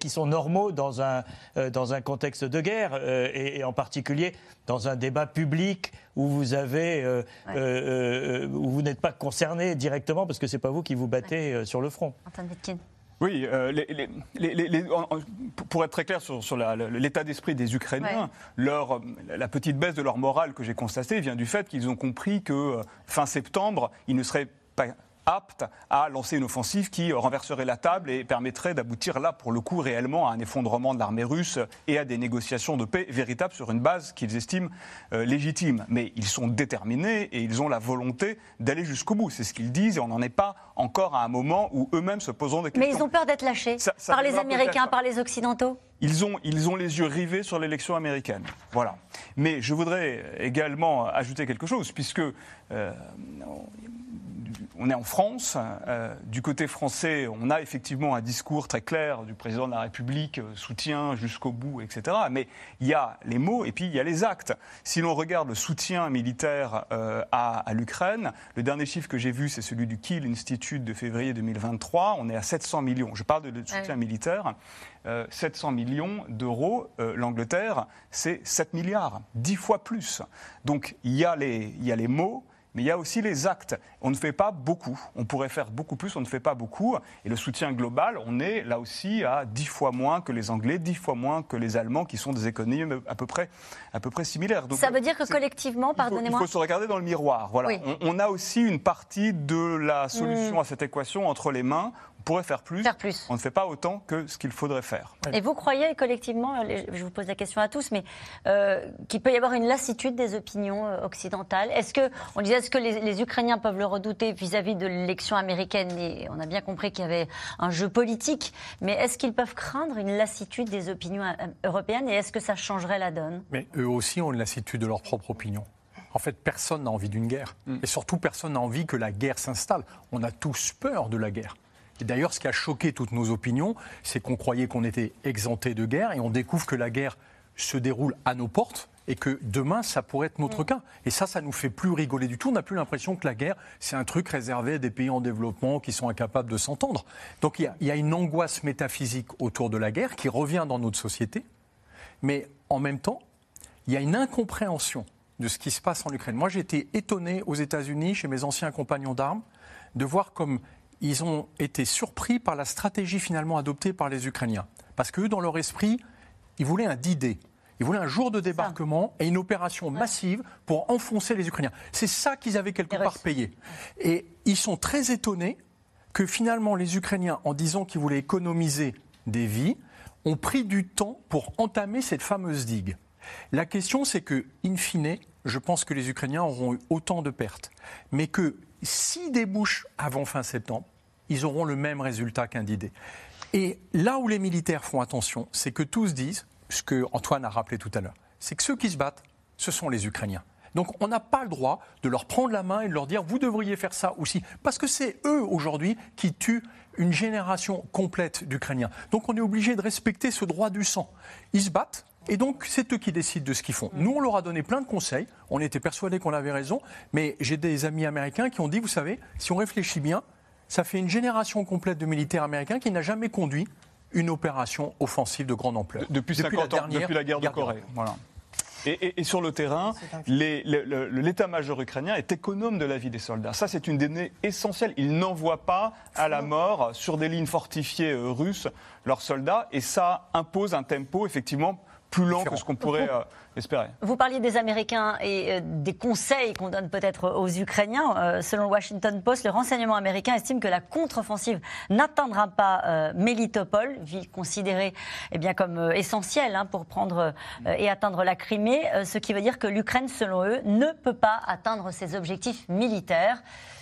normaux dans un, euh, dans un contexte de guerre, euh, et, et en particulier dans un débat public où vous avez, euh, ouais. euh, euh, où vous n'êtes pas concerné directement parce que c'est pas vous qui vous battez ouais. sur le front. Antoine Vitkin. Oui, euh, les, les, les, les, les, pour être très clair sur, sur la, l'état d'esprit des Ukrainiens, ouais. leur, la petite baisse de leur morale que j'ai constatée vient du fait qu'ils ont compris que fin septembre, ils ne seraient pas apte à lancer une offensive qui renverserait la table et permettrait d'aboutir là, pour le coup, réellement à un effondrement de l'armée russe et à des négociations de paix véritables sur une base qu'ils estiment euh, légitime. Mais ils sont déterminés et ils ont la volonté d'aller jusqu'au bout. C'est ce qu'ils disent et on n'en est pas encore à un moment où eux-mêmes se poseront des questions. Mais ils ont peur d'être lâchés ça, ça par les Américains, par les Occidentaux. Ils ont, ils ont les yeux rivés sur l'élection américaine. Voilà. Mais je voudrais également ajouter quelque chose, puisque euh, on est en France. Euh, du côté français, on a effectivement un discours très clair du président de la République, euh, soutien jusqu'au bout, et cetera. Mais il y a les mots et puis il y a les actes. Si l'on regarde le soutien militaire euh, à, à l'Ukraine, le dernier chiffre que j'ai vu, c'est celui du Kiel Institute de février deux mille vingt-trois. On est à sept cents millions. Je parle de, de soutien ouais. militaire. Euh, sept cents millions d'euros. Euh, L'Angleterre, c'est sept milliards, dix fois plus. Donc il y a les, il y a les mots. Mais il y a aussi les actes. On ne fait pas beaucoup. On pourrait faire beaucoup plus, on ne fait pas beaucoup. Et le soutien global, on est là aussi à dix fois moins que les Anglais, dix fois moins que les Allemands, qui sont des économies à peu près, à peu près similaires. Donc, ça veut dire que collectivement, pardonnez-moi... Il faut, il faut se regarder dans le miroir. Voilà. Oui. On, on a aussi une partie de la solution mmh. à cette équation entre les mains. On pourrait faire plus. faire plus. On ne fait pas autant que ce qu'il faudrait faire. Et vous croyez collectivement, je vous pose la question à tous, mais euh, qu'il peut y avoir une lassitude des opinions occidentales? Est-ce que, on disait, est-ce que les, les Ukrainiens peuvent le redouter vis-à-vis de l'élection américaine? Et on a bien compris qu'il y avait un jeu politique, mais est-ce qu'ils peuvent craindre une lassitude des opinions européennes et est-ce que ça changerait la donne? Mais eux aussi ont une lassitude de leur propre opinion. En fait, personne n'a envie d'une guerre. Mm. Et surtout, personne n'a envie que la guerre s'installe. On a tous peur de la guerre. Et d'ailleurs, ce qui a choqué toutes nos opinions, c'est qu'on croyait qu'on était exempté de guerre et on découvre que la guerre se déroule à nos portes et que demain, ça pourrait être notre mmh. cas. Et ça, ça nous fait plus rigoler du tout. On n'a plus l'impression que la guerre, c'est un truc réservé à des pays en développement qui sont incapables de s'entendre. Donc il y, y a une angoisse métaphysique autour de la guerre qui revient dans notre société. Mais en même temps, il y a une incompréhension de ce qui se passe en Ukraine. Moi, j'ai été étonné aux États-Unis, chez mes anciens compagnons d'armes, de voir comme ils ont été surpris par la stratégie finalement adoptée par les Ukrainiens. Parce qu'eux, dans leur esprit, ils voulaient un D-Day. Ils voulaient un jour de débarquement et une opération ouais. massive pour enfoncer les Ukrainiens. C'est ça qu'ils avaient quelque part payé. Et ils sont très étonnés que finalement les Ukrainiens, en disant qu'ils voulaient économiser des vies, ont pris du temps pour entamer cette fameuse digue. La question, c'est que, in fine, je pense que les Ukrainiens auront eu autant de pertes. Mais que s'ils débouchent avant fin septembre, ils auront le même résultat qu'un D-Day. Et là où les militaires font attention, c'est que tous disent, ce que Antoine a rappelé tout à l'heure, c'est que ceux qui se battent, ce sont les Ukrainiens. Donc on n'a pas le droit de leur prendre la main et de leur dire « vous devriez faire ça aussi ». Parce que c'est eux, aujourd'hui, qui tuent une génération complète d'Ukrainiens. Donc on est obligé de respecter ce droit du sang. Ils se battent. Et donc, c'est eux qui décident de ce qu'ils font. Nous, on leur a donné plein de conseils. On était persuadés qu'on avait raison. Mais j'ai des amis américains qui ont dit, vous savez, si on réfléchit bien, ça fait une génération complète de militaires américains qui n'a jamais conduit une opération offensive de grande ampleur. Depuis, depuis cinquante ans, depuis la guerre de Corée. Voilà. Et, et, et sur le terrain, les, les, le, l'état-major ukrainien est économe de la vie des soldats. Ça, c'est une donnée essentielle. Il n'envoie pas à la mort sur des lignes fortifiées euh, russes leurs soldats. Et ça impose un tempo, effectivement, plus lent que ce qu'on pourrait euh, espérer. Vous parliez des Américains et euh, des conseils qu'on donne peut-être aux Ukrainiens. Euh, selon le Washington Post, le renseignement américain estime que la contre-offensive n'atteindra pas euh, Mélitopol, ville considérée eh bien, comme euh, essentielle hein, pour prendre euh, et atteindre la Crimée, euh, ce qui veut dire que l'Ukraine, selon eux, ne peut pas atteindre ses objectifs militaires.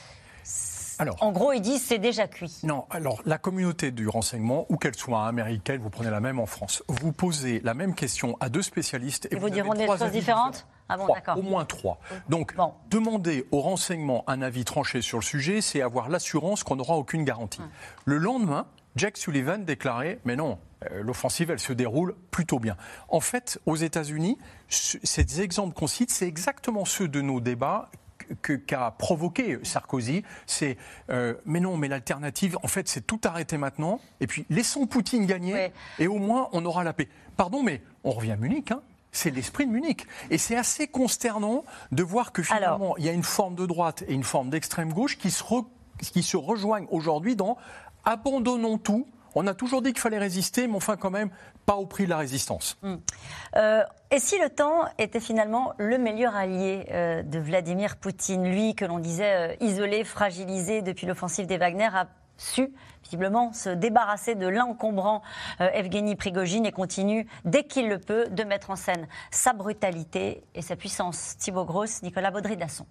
Alors, en gros, ils disent c'est déjà cuit. Non, alors la communauté du renseignement, où qu'elle soit américaine, vous prenez la même en France, vous posez la même question à deux spécialistes et, et vous, vous diront des choses différentes. Ah bon, trois, d'accord. Au moins trois. Donc, bon. Demander au renseignement un avis tranché sur le sujet, c'est avoir l'assurance qu'on n'aura aucune garantie. Hum. Le lendemain, Jack Sullivan déclarait « mais non, euh, l'offensive, elle se déroule plutôt bien ». En fait, aux États-Unis, ces exemples qu'on cite, c'est exactement ceux de nos débats que, qu'a provoqué Sarkozy, c'est euh, mais non, mais l'alternative, en fait, c'est tout arrêter maintenant, et puis laissons Poutine gagner, ouais. et au moins on aura la paix. Pardon, mais on revient à Munich, hein. C'est l'esprit de Munich. Et c'est assez consternant de voir que finalement, Alors, il y a une forme de droite et une forme d'extrême gauche qui se, re, qui se rejoignent aujourd'hui dans « abandonnons tout ». On a toujours dit qu'il fallait résister, mais enfin quand même, pas au prix de la résistance. Mmh. Euh, et si l'OTAN était finalement le meilleur allié euh, de Vladimir Poutine, lui que l'on disait euh, isolé, fragilisé depuis l'offensive des Wagner, a su visiblement se débarrasser de l'encombrant euh, Evgeny Prigojine et continue, dès qu'il le peut, de mettre en scène sa brutalité et sa puissance. Thibaut Gross, Nicolas Baudry-Dasson.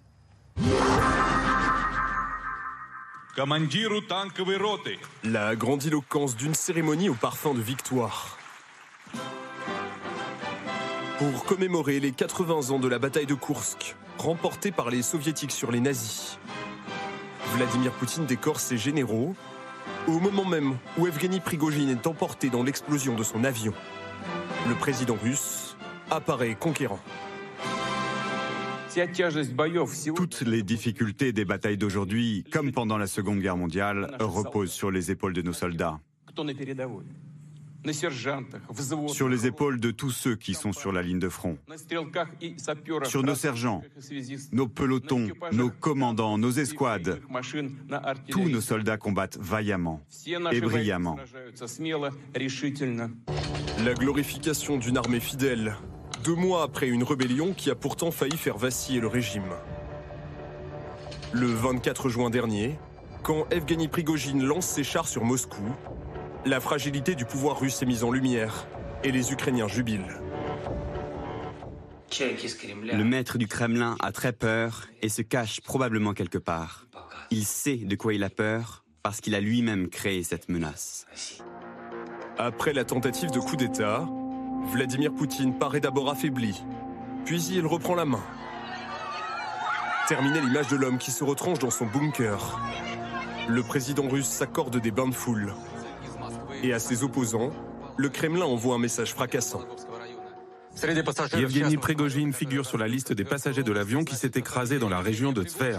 La grandiloquence d'une cérémonie au parfum de victoire. Pour commémorer les quatre-vingts ans de la bataille de Koursk, remportée par les soviétiques sur les nazis, Vladimir Poutine décore ses généraux au moment même où Evgeny Prigojine est emporté dans l'explosion de son avion. Le président russe apparaît conquérant. Toutes les difficultés des batailles d'aujourd'hui, comme pendant la Seconde Guerre mondiale, reposent sur les épaules de nos soldats. Sur les épaules de tous ceux qui sont sur la ligne de front. Sur nos sergents, nos pelotons, nos commandants, nos escouades. Tous nos soldats combattent vaillamment et brillamment. La glorification d'une armée fidèle, deux mois après une rébellion qui a pourtant failli faire vaciller le régime. Le vingt-quatre juin dernier, quand Evgeny Prigojine lance ses chars sur Moscou, la fragilité du pouvoir russe est mise en lumière et les Ukrainiens jubilent. Le maître du Kremlin a très peur et se cache probablement quelque part. Il sait de quoi il a peur parce qu'il a lui-même créé cette menace. Après la tentative de coup d'État, Vladimir Poutine paraît d'abord affaibli, puis il reprend la main. Terminez l'image de l'homme qui se retranche dans son bunker. Le président russe s'accorde des bains de foule. Et à ses opposants, le Kremlin envoie un message fracassant. Evgeny Prigojine figure sur la liste des passagers de l'avion qui s'est écrasé dans la région de Tver.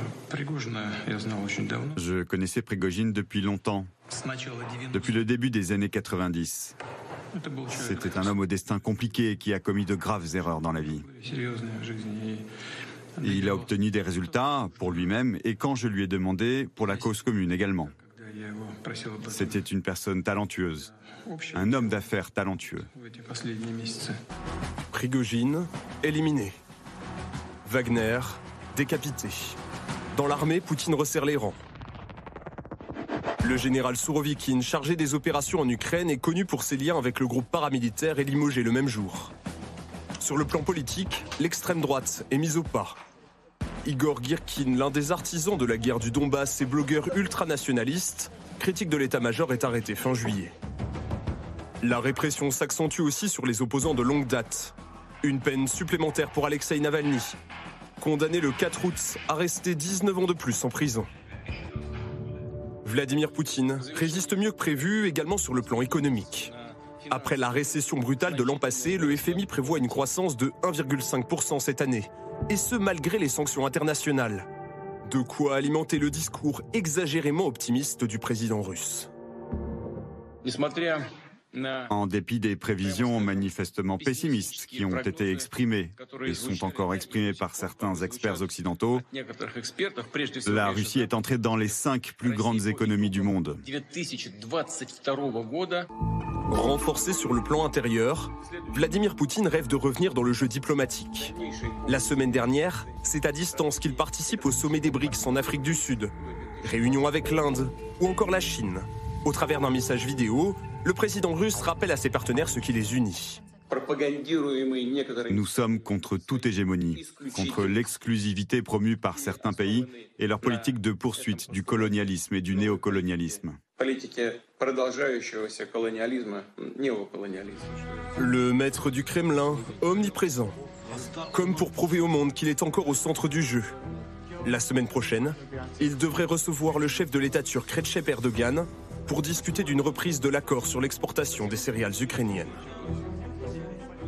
Je connaissais Prigojine depuis longtemps, depuis le début des années quatre-vingt-dix. C'était un homme au destin compliqué qui a commis de graves erreurs dans la vie. Et il a obtenu des résultats pour lui-même et quand je lui ai demandé, pour la cause commune également. C'était une personne talentueuse, un homme d'affaires talentueux. Prigojine, éliminé. Wagner, décapité. Dans l'armée, Poutine resserre les rangs. Le général Sourovikine, chargé des opérations en Ukraine, est connu pour ses liens avec le groupe paramilitaire et limogé le même jour. Sur le plan politique, l'extrême droite est mise au pas. Igor Girkin, l'un des artisans de la guerre du Donbass et blogueur ultranationaliste, critique de l'état-major, est arrêté fin juillet. La répression s'accentue aussi sur les opposants de longue date. Une peine supplémentaire pour Alexeï Navalny, condamné le quatre août à rester dix-neuf ans de plus en prison. Vladimir Poutine résiste mieux que prévu également sur le plan économique. Après la récession brutale de l'an passé, le F M I prévoit une croissance de un virgule cinq pour cent cette année. Et ce, malgré les sanctions internationales. De quoi alimenter le discours exagérément optimiste du président russe. En dépit des prévisions manifestement pessimistes qui ont été exprimées et sont encore exprimées par certains experts occidentaux, la Russie est entrée dans les cinq plus grandes économies du monde. Renforcé sur le plan intérieur, Vladimir Poutine rêve de revenir dans le jeu diplomatique. La semaine dernière, c'est à distance qu'il participe au sommet des B R I C S en Afrique du Sud, réunion avec l'Inde ou encore la Chine. Au travers d'un message vidéo, le président russe rappelle à ses partenaires ce qui les unit. Nous sommes contre toute hégémonie, contre l'exclusivité promue par certains pays et leur politique de poursuite du colonialisme et du néocolonialisme. Le maître du Kremlin, omniprésent, comme pour prouver au monde qu'il est encore au centre du jeu. La semaine prochaine, il devrait recevoir le chef de l'État turc Recep Erdogan pour discuter d'une reprise de l'accord sur l'exportation des céréales ukrainiennes.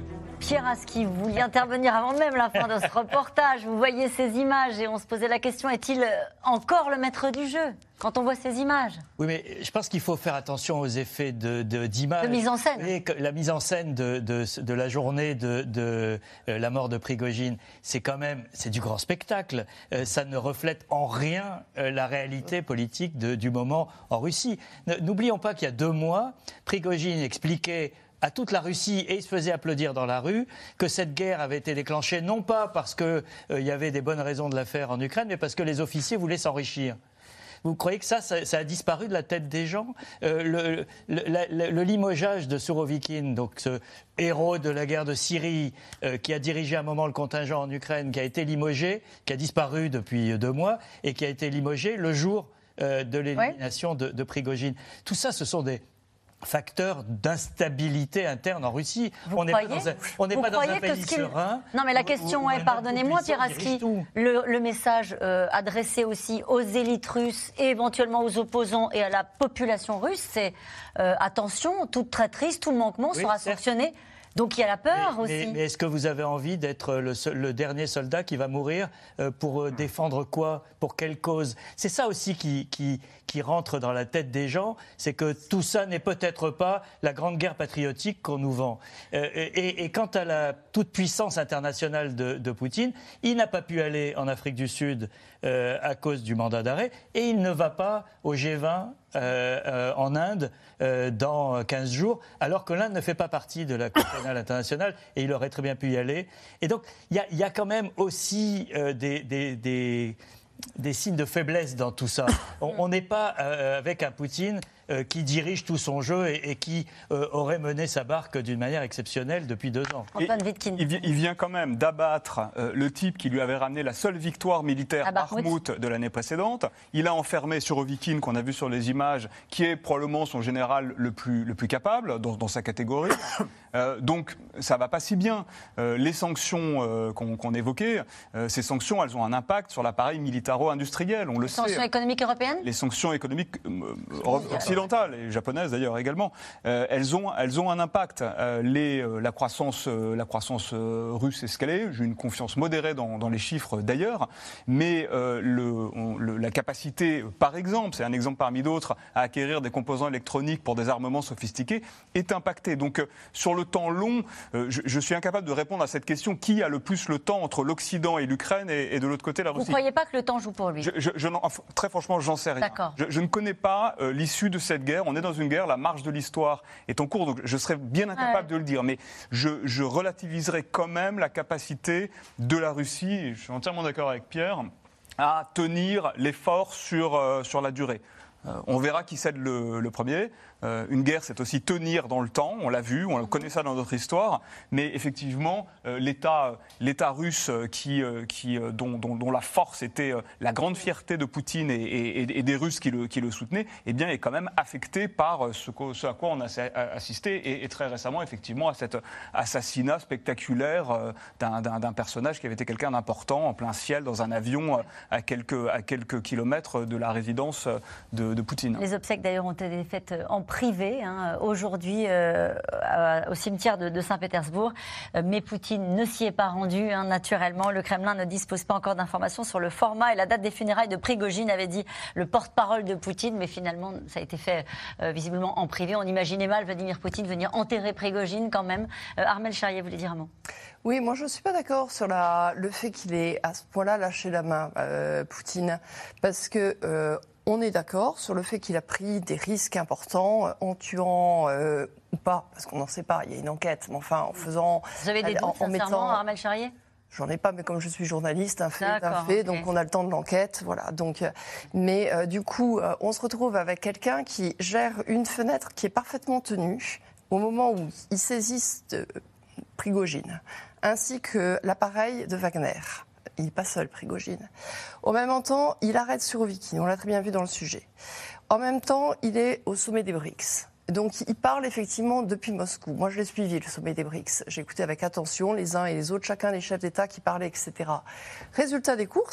Pierre Aski, vous vouliez intervenir avant même la fin de ce reportage. Vous voyez ces images et on se posait la question, est-il encore le maître du jeu quand on voit ces images? Oui, mais je pense qu'il faut faire attention aux effets de, de, d'image. De mise en scène. Et que la mise en scène de, de, de la journée de, de euh, la mort de Prigojine, c'est quand même c'est du grand spectacle. Euh, ça ne reflète en rien euh, la réalité politique de, du moment en Russie. N'oublions pas qu'il y a deux mois, Prigojine expliquait à toute la Russie, et il se faisait applaudir dans la rue, que cette guerre avait été déclenchée non pas parce qu'il euh, y avait des bonnes raisons de la faire en Ukraine, mais parce que les officiers voulaient s'enrichir. Vous croyez que ça, ça, ça a disparu de la tête des gens? euh, le, le, le, le limogeage de Surovikin, donc ce héros de la guerre de Syrie, euh, qui a dirigé un moment le contingent en Ukraine, qui a été limogé, qui a disparu depuis deux mois, et qui a été limogé le jour euh, de l'élimination ouais. de, de Prigojine. Tout ça, ce sont des facteur d'instabilité interne en Russie. Vous on n'est pas dans un, on n'est pas dans un pays serein. Non, mais la question est, pardonnez-moi, Pierre Aski, le, le message euh, adressé aussi aux élites russes et éventuellement aux opposants et à la population russe, c'est euh, attention, toute traîtrise, tout manquement oui, sera sanctionné. Donc il y a la peur mais, aussi. Mais, mais est-ce que vous avez envie d'être le, seul, le dernier soldat qui va mourir euh, pour euh, défendre quoi? Pour quelle cause? C'est ça aussi qui, qui, qui rentre dans la tête des gens, c'est que tout ça n'est peut-être pas la grande guerre patriotique qu'on nous vend. Euh, et, et quant à la toute-puissance internationale de, de Poutine, il n'a pas pu aller en Afrique du Sud euh, à cause du mandat d'arrêt, et il ne va pas au G vingt Euh, euh, en Inde euh, dans quinze jours, alors que l'Inde ne fait pas partie de la Cour pénale internationale et il aurait très bien pu y aller. Et donc, il y, y a quand même aussi euh, des, des, des, des signes de faiblesse dans tout ça. On n'est pas euh, avec un Poutine euh, qui dirige tout son jeu et, et qui euh, aurait mené sa barque d'une manière exceptionnelle depuis deux ans. Antoine Vitkin. Il, il vient quand même d'abattre euh, le type qui lui avait ramené la seule victoire militaire à Bakhmout de l'année précédente. Il a enfermé Surovikin, qu'on a vu sur les images, qui est probablement son général le plus, le plus capable dans, dans sa catégorie. Euh, donc ça va pas si bien. Euh, les sanctions euh, qu'on, qu'on évoquait, euh, ces sanctions, elles ont un impact sur l'appareil militaro-industriel. On le sait. Les sanctions économiques européennes ? Les sanctions économiques euh, occidentales et japonaises d'ailleurs également. Euh, elles ont, elles ont un impact. Euh, les, euh, la croissance, euh, la croissance euh, russe est escalée. J'ai une confiance modérée dans, dans les chiffres d'ailleurs, mais euh, le, on, le, la capacité, par exemple, c'est un exemple parmi d'autres, à acquérir des composants électroniques pour des armements sophistiqués est impactée. Donc euh, sur le temps long, euh, je, je suis incapable de répondre à cette question. Qui a le plus le temps entre l'Occident et l'Ukraine et, et de l'autre côté la Russie? Vous ne croyez pas que le temps joue pour lui? je, je, je Très franchement, j'en sais rien. Je, je ne connais pas euh, l'issue de cette guerre. On est dans une guerre, la marche de l'histoire est en cours, donc je serais bien incapable ouais. de le dire. Mais je, je relativiserai quand même la capacité de la Russie, et je suis entièrement d'accord avec Pierre, à tenir l'effort sur, euh, sur la durée. Euh, on verra qui cède le, le premier. Euh, une guerre, c'est aussi tenir dans le temps. On l'a vu, on connaît ça dans notre histoire. Mais effectivement, euh, l'État, l'État russe, qui, euh, qui, euh, dont, dont, dont la force était euh, la grande fierté de Poutine et, et, et des Russes qui le, qui le soutenaient, eh bien, est quand même affecté par ce, ce à quoi on a assisté et, et très récemment, effectivement, à cet assassinat spectaculaire euh, d'un, d'un, d'un personnage qui avait été quelqu'un d'important en plein ciel dans un avion euh, à, quelques, à quelques kilomètres de la résidence de, de Poutine. Les obsèques d'ailleurs ont été faites en privé hein, aujourd'hui euh, au cimetière de, de Saint-Pétersbourg, euh, mais Poutine ne s'y est pas rendu hein, naturellement. Le Kremlin ne dispose pas encore d'informations sur le format et la date des funérailles de Prigojine, avait dit le porte-parole de Poutine, mais finalement ça a été fait euh, visiblement en privé. On imaginait mal Vladimir Poutine venir enterrer Prigojine quand même. Euh, Armelle Charrier voulait dire un mot. Oui, moi je ne suis pas d'accord sur la, le fait qu'il ait à ce point-là lâché la main, euh, Poutine, parce que euh, on est d'accord sur le fait qu'il a pris des risques importants en tuant euh, ou pas, parce qu'on n'en sait pas, il y a une enquête, mais enfin en faisant... Vous avez des doutes, en, en mettant, Armelle Charrier ? J'en ai pas, mais comme je suis journaliste, un fait est un fait, okay. Donc on a le temps de l'enquête, voilà. Donc, mais euh, du coup, euh, on se retrouve avec quelqu'un qui gère une fenêtre qui est parfaitement tenue au moment où ils saisissent de Prigojine, ainsi que l'appareil de Wagner. Il n'est pas seul, Prigojine. Au même temps, il arrête Surovikin, on l'a très bien vu dans le sujet. En même temps, il est au sommet des BRICS. Donc, il parle effectivement depuis Moscou. Moi, je l'ai suivi, le sommet des BRICS. J'ai écouté avec attention les uns et les autres, chacun des chefs d'État qui parlaient, et cetera. Résultat des courses,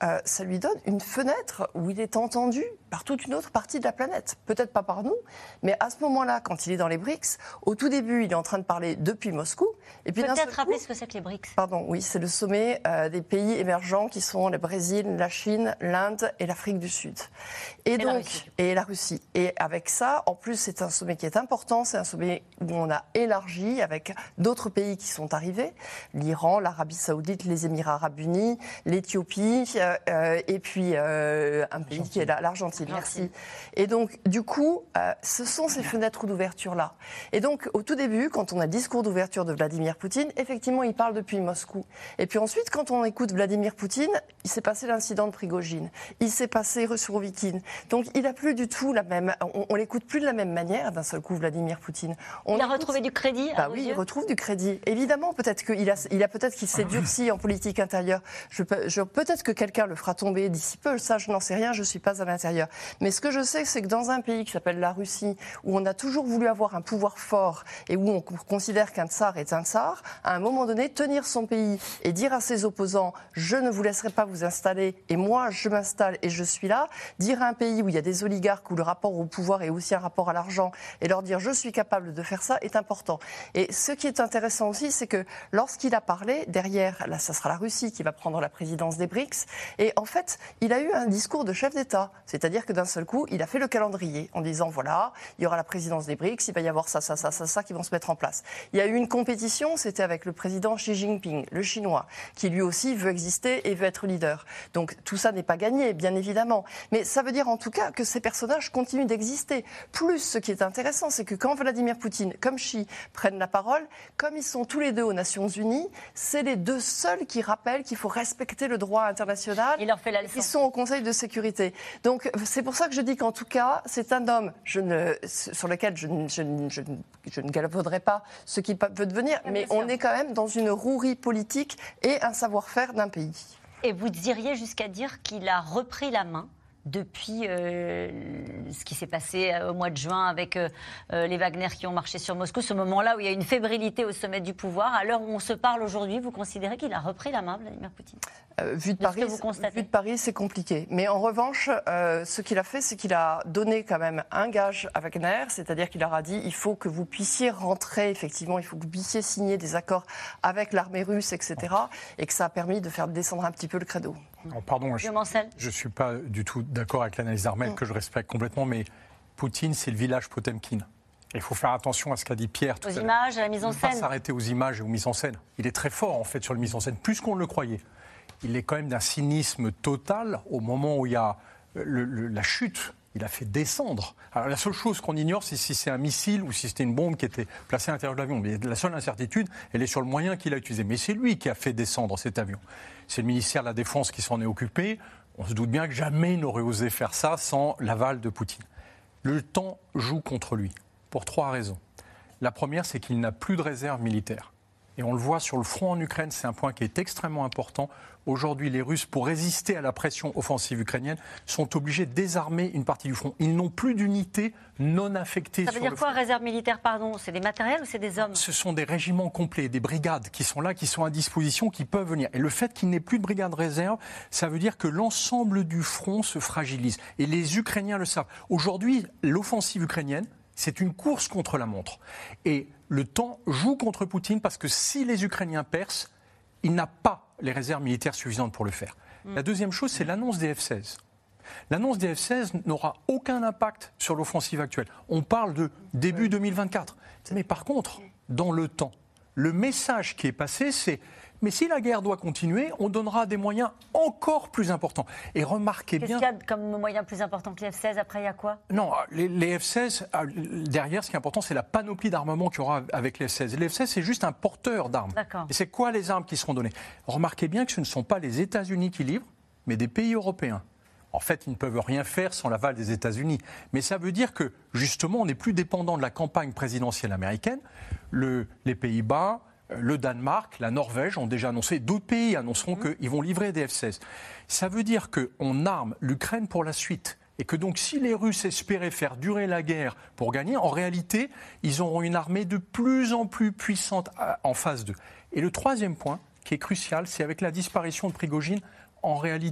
euh, ça lui donne une fenêtre où il est entendu par toute une autre partie de la planète. Peut-être pas par nous, mais à ce moment-là, quand il est dans les BRICS, au tout début, il est en train de parler depuis Moscou. Et puis peut-être rappeler ce que c'est que les BRICS. Pardon, oui, c'est le sommet euh, des pays émergents qui sont le Brésil, la Chine, l'Inde et l'Afrique du Sud. Et, et donc, la Russie. Et la Russie. Et avec ça, en plus, c'est un sommet qui est important. C'est un sommet où on a élargi avec d'autres pays qui sont arrivés, l'Iran, l'Arabie Saoudite, les Émirats Arabes Unis, l'Éthiopie, euh, euh, et puis euh, un pays qui est là, l'Argentine. Merci. Et donc, du coup, euh, ce sont ces fenêtres d'ouverture-là. Et donc, au tout début, quand on a le discours d'ouverture de Vladimir Poutine, effectivement, il parle depuis Moscou. Et puis ensuite, quand on écoute Vladimir Poutine, il s'est passé l'incident de Prigojine. Il s'est passé Surovikin. Donc, il n'a plus du tout la même... On, on l'écoute plus de la même manière, d'un seul coup, Vladimir Poutine. On il a écoute... retrouvé du crédit Bah oui, il retrouve du crédit. Évidemment, peut-être qu'il a, il a peut-être qu'il s'est durci en politique intérieure. Je, je, peut-être que quelqu'un le fera tomber d'ici peu. Ça, je n'en sais rien. Je ne suis pas à l'intérieur. Mais ce que je sais, c'est que dans un pays qui s'appelle la Russie, où on a toujours voulu avoir un pouvoir fort et où on considère qu'un tsar est un tsar, à un moment donné, tenir son pays et dire à ses opposants « je ne vous laisserai pas vous installer et moi, je m'installe et je suis là », dire à un pays où il y a des oligarques, où le rapport au pouvoir est aussi un rapport à l'argent, et leur dire « je suis capable de faire ça » est important. Et ce qui est intéressant aussi, c'est que lorsqu'il a parlé, derrière, là, ça sera la Russie qui va prendre la présidence des BRICS, et en fait, il a eu un discours de chef d'État, c'est-à-dire que d'un seul coup, il a fait le calendrier en disant voilà, il y aura la présidence des BRICS, il va y avoir ça, ça, ça, ça, ça qui vont se mettre en place. Il y a eu une compétition, c'était avec le président Xi Jinping, le chinois, qui lui aussi veut exister et veut être leader. Donc tout ça n'est pas gagné, bien évidemment. Mais ça veut dire en tout cas que ces personnages continuent d'exister. Plus, ce qui est intéressant, c'est que quand Vladimir Poutine, comme Xi, prennent la parole, comme ils sont tous les deux aux Nations Unies, c'est les deux seuls qui rappellent qu'il faut respecter le droit international. Il leur fait la leçon. Ils sont au Conseil de sécurité. Donc c'est pour ça que je dis qu'en tout cas, c'est un homme je ne, sur lequel je, ne, je, ne, je, ne, je ne galvauderai pas ce qui peut devenir, oui, mais on est quand même dans une rouerie politique et un savoir-faire d'un pays. Et vous diriez jusqu'à dire qu'il a repris la main depuis euh, ce qui s'est passé au mois de juin avec euh, les Wagner qui ont marché sur Moscou, ce moment-là où il y a une fébrilité au sommet du pouvoir. À l'heure où on se parle aujourd'hui, vous considérez qu'il a repris la main, Vladimir Poutine ? euh, Vu de, de Paris, vu de Paris, c'est compliqué. Mais en revanche, euh, ce qu'il a fait, c'est qu'il a donné quand même un gage à Wagner, c'est-à-dire qu'il leur a dit il faut que vous puissiez rentrer, effectivement, il faut que vous puissiez signer des accords avec l'armée russe, et cetera. Et que ça a permis de faire descendre un petit peu le credo. Alors, pardon, je ne suis pas du tout d'accord avec l'analyse d'Armel, mmh. que je respecte complètement, mais Poutine, c'est le village Potemkin. Il faut faire attention à ce qu'a dit Pierre tout à l'heure. Aux images, à la mise en scène. Il ne faut pas s'arrêter aux images et aux mises en scène. Il est très fort, en fait, sur la mise en scène, plus qu'on ne le croyait. Il est quand même d'un cynisme total au moment où il y a le, le, la chute. Il a fait descendre. Alors la seule chose qu'on ignore, c'est si c'est un missile ou si c'était une bombe qui était placée à l'intérieur de l'avion. Mais la seule incertitude, elle est sur le moyen qu'il a utilisé. Mais c'est lui qui a fait descendre cet avion. C'est le ministère de la Défense qui s'en est occupé. On se doute bien que jamais il n'aurait osé faire ça sans l'aval de Poutine. Le temps joue contre lui, pour trois raisons. La première, c'est qu'il n'a plus de réserve militaire. Et on le voit sur le front en Ukraine, c'est un point qui est extrêmement important. Aujourd'hui, les Russes, pour résister à la pression offensive ukrainienne, sont obligés de désarmer une partie du front. Ils n'ont plus d'unités non affectées sur le front. Ça veut dire quoi, réserve militaire, pardon ? C'est des matériels ou c'est des hommes ? Ce sont des régiments complets, des brigades qui sont là, qui sont à disposition, qui peuvent venir. Et le fait qu'il n'ait plus de brigade réserve, ça veut dire que l'ensemble du front se fragilise. Et les Ukrainiens le savent. Aujourd'hui, l'offensive ukrainienne, c'est une course contre la montre. Et le temps joue contre Poutine parce que si les Ukrainiens percent, il n'a pas les réserves militaires suffisantes pour le faire. Mmh. La deuxième chose, c'est l'annonce des F seize. L'annonce des F seize n'aura aucun impact sur l'offensive actuelle. On parle de début deux mille vingt-quatre. Mais par contre, dans le temps, le message qui est passé, c'est « mais si la guerre doit continuer, on donnera des moyens encore plus importants ». Et remarquez bien... Qu'est-ce qu'il y a comme moyen plus important que les F seize ? Après, il y a quoi ? Non, les, les F seize, derrière, ce qui est important, c'est la panoplie d'armement qu'il y aura avec les F seize. Les F seize, c'est juste un porteur d'armes. D'accord. Et c'est quoi les armes qui seront données ? Remarquez bien que ce ne sont pas les États-Unis qui livrent, mais des pays européens. En fait, ils ne peuvent rien faire sans l'aval des États-Unis. Mais ça veut dire que, justement, on n'est plus dépendant de la campagne présidentielle américaine. Le, les Pays-Bas, le Danemark, la Norvège ont déjà annoncé, d'autres pays annonceront mmh. qu'ils vont livrer des F seize. Ça veut dire qu'on arme l'Ukraine pour la suite. Et que donc, si les Russes espéraient faire durer la guerre pour gagner, en réalité, ils auront une armée de plus en plus puissante en phase deux. Et le troisième point, qui est crucial, c'est avec la disparition de Prigojine, en réalité,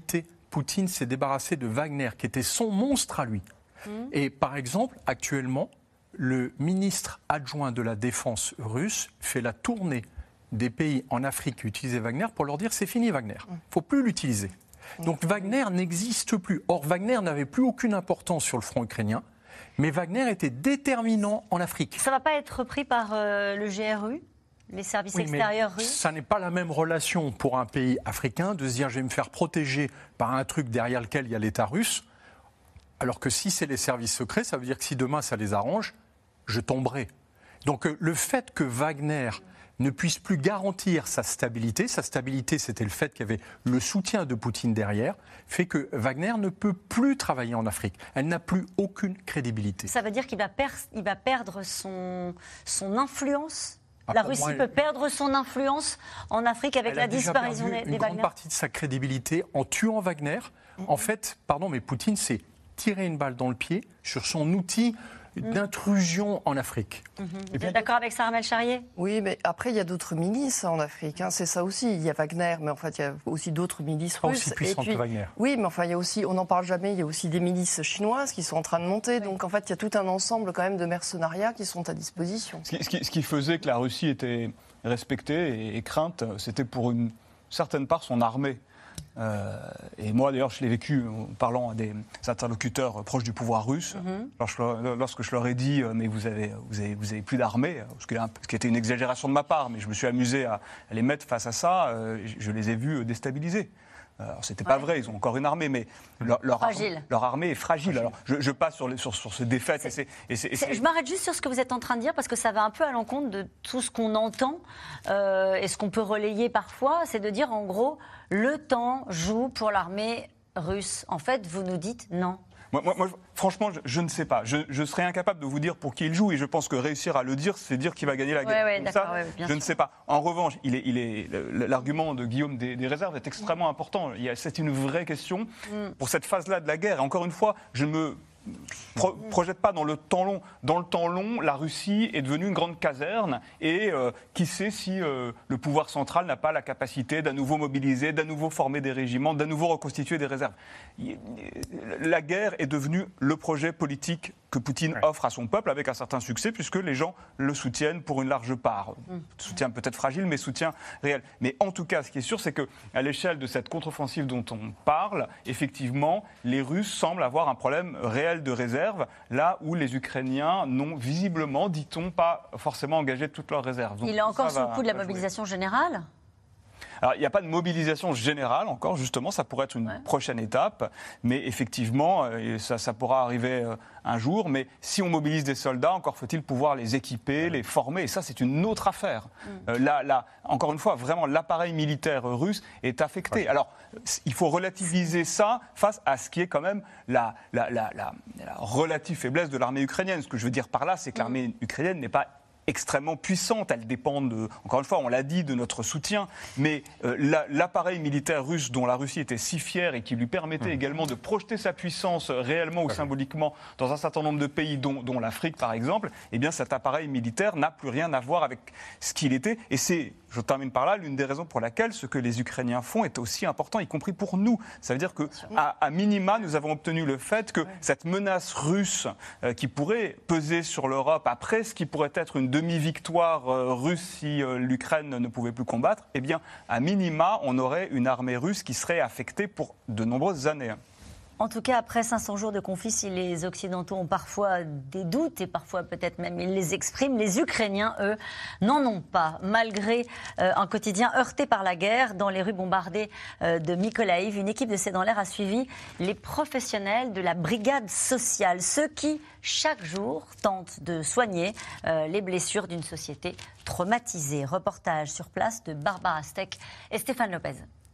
Poutine s'est débarrassé de Wagner, qui était son monstre à lui. Mmh. Et par exemple, actuellement, le ministre adjoint de la Défense russe fait la tournée des pays en Afrique qui utilisaient Wagner pour leur dire c'est fini Wagner, il ne faut plus l'utiliser. Donc Wagner n'existe plus. Or, Wagner n'avait plus aucune importance sur le front ukrainien, mais Wagner était déterminant en Afrique. Ça ne va pas être repris par euh, le G R U ? Les services oui, extérieurs russes. Ça n'est pas la même relation pour un pays africain de se dire je vais me faire protéger par un truc derrière lequel il y a l'État russe, alors que si c'est les services secrets, ça veut dire que si demain ça les arrange, je tomberai. Donc euh, le fait que Wagner ne puisse plus garantir sa stabilité, sa stabilité c'était le fait qu'il y avait le soutien de Poutine derrière, fait que Wagner ne peut plus travailler en Afrique. Elle n'a plus aucune crédibilité. Ça veut dire qu'il va, per- il va perdre son, son influence ? La Russie moi, peut perdre son influence en Afrique avec la disparition des Wagner. Une grande partie de sa crédibilité en tuant Wagner. Mm-hmm. En fait, pardon, mais Poutine s'est tiré une balle dans le pied sur son outil mm-hmm. d'intrusion en Afrique. Mm-hmm. Vous êtes d'accord avec ça, Armel Charrier ? Oui, mais après, il y a d'autres milices en Afrique. Hein. C'est ça aussi. Il y a Wagner, mais en fait, il y a aussi d'autres milices Pas russes. aussi puissantes que Wagner. Oui, mais enfin, il y a aussi, on n'en parle jamais, il y a aussi des milices chinoises qui sont en train de monter. Oui. Donc, en fait, il y a tout un ensemble quand même de mercenariats qui sont à disposition. Ce qui, ce qui, ce qui faisait que la Russie était respectée et, et crainte, c'était pour une certaine part son armée. Euh, et moi, d'ailleurs, je l'ai vécu en parlant à des interlocuteurs proches du pouvoir russe. Mm-hmm. Lorsque, lorsque je leur ai dit « mais vous avez, vous avez, vous avez plus d'armée », ce qui était une exagération de ma part, mais je me suis amusé à, à les mettre face à ça, euh, je les ai vus déstabilisés. Alors, c'était pas ouais. vrai, ils ont encore une armée, mais leur, leur, ar- leur armée est fragile. fragile. Alors, je, je passe sur, les, sur, sur ce défaite. Et c'est, et c'est, et c'est... Je m'arrête juste sur ce que vous êtes en train de dire, parce que ça va un peu à l'encontre de tout ce qu'on entend euh, et ce qu'on peut relayer parfois, c'est de dire en gros, le temps joue pour l'armée russe. En fait, vous nous dites non. Moi, moi, moi, franchement, je, je ne sais pas. Je, je serais incapable de vous dire pour qui il joue, et je pense que réussir à le dire, c'est dire qu'il va gagner la guerre. Ouais, ouais, ça, ouais, je sûr. ne sais pas. En revanche, il est, il est, l'argument de Guillaume des, des réserves est extrêmement mmh. important. Il y a, c'est une vraie question mmh. pour cette phase-là de la guerre. Et encore une fois, je ne me pro- projette pas dans le temps long. Dans le temps long, la Russie est devenue une grande caserne, et euh, qui sait si euh, le pouvoir central n'a pas la capacité d'à nouveau mobiliser, d'à nouveau former des régiments, d'à nouveau reconstituer des réserves. La guerre est devenue le projet politique que Poutine ouais. offre à son peuple, avec un certain succès, puisque les gens le soutiennent pour une large part. Mmh. Soutien peut-être fragile, mais soutien réel. Mais en tout cas, ce qui est sûr, c'est qu'à l'échelle de cette contre-offensive dont on parle, effectivement, les Russes semblent avoir un problème réel de réserve, là où les Ukrainiens n'ont visiblement, dit-on, pas forcément engagé toutes leurs réserves. Donc, il est encore sous le coup de la mobilisation jouer. générale ? Alors, il n'y a pas de mobilisation générale encore, justement, ça pourrait être une ouais. prochaine étape, mais effectivement, ça, ça pourra arriver un jour, mais si on mobilise des soldats, encore faut-il pouvoir les équiper, les former, et ça, c'est une autre affaire. Mm. Euh, là, là, encore une fois, vraiment, l'appareil militaire russe est affecté. Ouais. Alors, il faut relativiser ça face à ce qui est quand même la, la, la, la, la relative faiblesse de l'armée ukrainienne. Ce que je veux dire par là, c'est que l'armée mm. ukrainienne n'est pas extrêmement puissante, elle dépend, de, encore une fois, on l'a dit, de notre soutien, mais euh, la, l'appareil militaire russe dont la Russie était si fière et qui lui permettait mmh. également de projeter sa puissance réellement ou symboliquement dans un certain nombre de pays, dont, dont l'Afrique par exemple, eh bien cet appareil militaire n'a plus rien à voir avec ce qu'il était, et c'est, je termine par là, l'une des raisons pour laquelle ce que les Ukrainiens font est aussi important, y compris pour nous. Ça veut dire qu'à à minima, nous avons obtenu le fait que ouais. cette menace russe euh, qui pourrait peser sur l'Europe après ce qui pourrait être une demi-victoire euh, russe si euh, l'Ukraine ne pouvait plus combattre, eh bien, à minima, on aurait une armée russe qui serait affectée pour de nombreuses années. En tout cas, après cinq cents jours de conflit, si les Occidentaux ont parfois des doutes et parfois peut-être même ils les expriment, les Ukrainiens, eux, n'en ont pas. Malgré euh, un quotidien heurté par la guerre, dans les rues bombardées euh, de Mykolaïv, une équipe de C'est dans l'air a suivi les professionnels de la brigade sociale, ceux qui, chaque jour, tentent de soigner euh, les blessures d'une société traumatisée. Reportage sur place de Barbara Steck et Stéphane Lopez.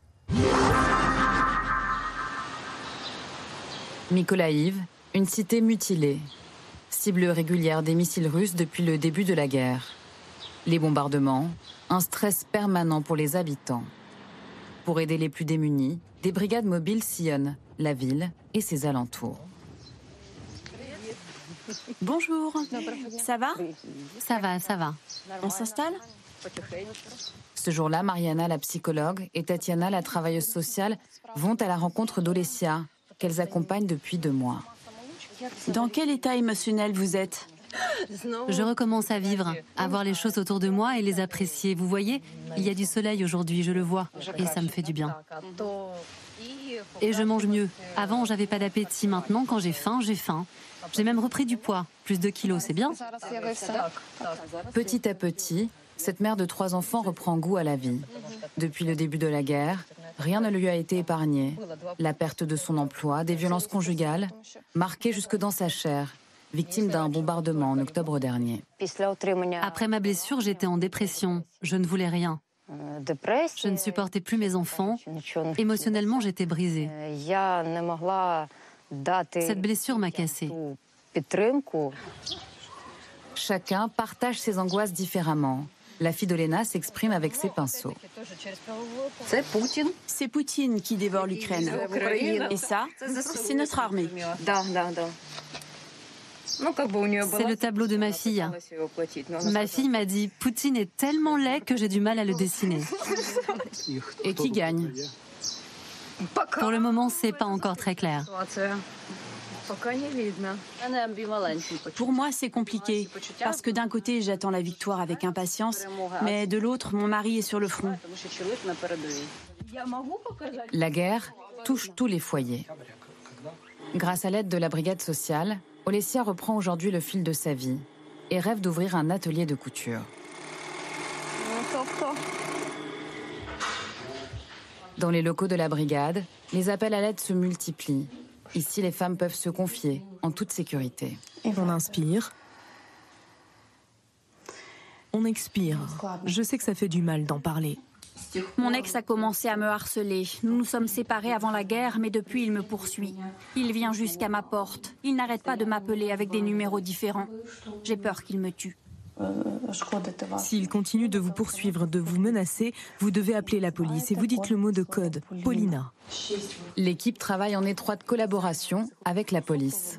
Mykolaïv, une cité mutilée, cible régulière des missiles russes depuis le début de la guerre. Les bombardements, un stress permanent pour les habitants. Pour aider les plus démunis, des brigades mobiles sillonnent la ville et ses alentours. Bonjour, ça va ? Ça va, ça va. On s'installe ? Ce jour-là, Mariana, la psychologue, et Tatiana, la travailleuse sociale, vont à la rencontre d'Olesya, qu'elles accompagnent depuis deux mois. Dans quel état émotionnel vous êtes ? Je recommence à vivre, à voir les choses autour de moi et les apprécier. Vous voyez, il y a du soleil aujourd'hui, je le vois, et ça me fait du bien. Et je mange mieux. Avant, j'avais pas d'appétit. Maintenant, quand j'ai faim, j'ai faim. J'ai même repris du poids. Plus de kilos, c'est bien. Petit à petit, cette mère de trois enfants reprend goût à la vie. Depuis le début de la guerre, rien ne lui a été épargné. La perte de son emploi, des violences conjugales, marquées jusque dans sa chair, victime d'un bombardement en octobre dernier. Après ma blessure, j'étais en dépression. Je ne voulais rien. Je ne supportais plus mes enfants. Émotionnellement, j'étais brisée. Cette blessure m'a cassée. Chacun partage ses angoisses différemment. La fille d'Olena s'exprime avec ses pinceaux. C'est Poutine qui dévore l'Ukraine. Et ça, c'est notre armée. C'est le tableau de ma fille. Ma fille m'a dit « Poutine est tellement laid que j'ai du mal à le dessiner ». Et qui gagne? Pour le moment, c'est pas encore très clair. Pour moi, c'est compliqué, parce que d'un côté, j'attends la victoire avec impatience, mais de l'autre, mon mari est sur le front. La guerre touche tous les foyers. Grâce à l'aide de la brigade sociale, Olesya reprend aujourd'hui le fil de sa vie et rêve d'ouvrir un atelier de couture. Dans les locaux de la brigade, les appels à l'aide se multiplient. Ici, les femmes peuvent se confier en toute sécurité. On inspire. On expire. Je sais que ça fait du mal d'en parler. Mon ex a commencé à me harceler. Nous nous sommes séparés avant la guerre, mais depuis, il me poursuit. Il vient jusqu'à ma porte. Il n'arrête pas de m'appeler avec des numéros différents. J'ai peur qu'il me tue. S'il continue de vous poursuivre, de vous menacer, vous devez appeler la police et vous dites le mot de code, Paulina. L'équipe travaille en étroite collaboration avec la police.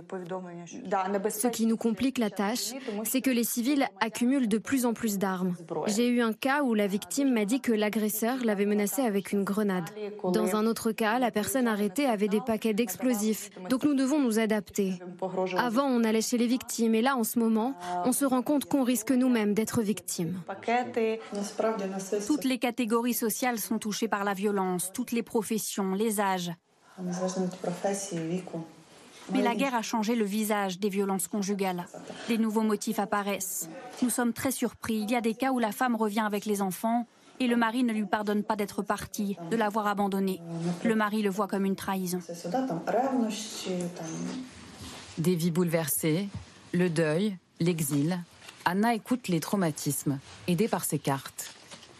Ce qui nous complique la tâche, c'est que les civils accumulent de plus en plus d'armes. J'ai eu un cas où la victime m'a dit que l'agresseur l'avait menacée avec une grenade. Dans un autre cas, la personne arrêtée avait des paquets d'explosifs. Donc nous devons nous adapter. Avant, on allait chez les victimes et là, en ce moment, on se rend compte qu'on risque nous-mêmes d'être victimes. Toutes les catégories sociales sont touchées par la violence, toutes les professions, les âges. Mais la guerre a changé le visage des violences conjugales. Des nouveaux motifs apparaissent. Nous sommes très surpris. Il y a des cas où la femme revient avec les enfants et le mari ne lui pardonne pas d'être parti, de l'avoir abandonné. Le mari le voit comme une trahison. Des vies bouleversées, le deuil, l'exil. Anna écoute les traumatismes, aidée par ses cartes.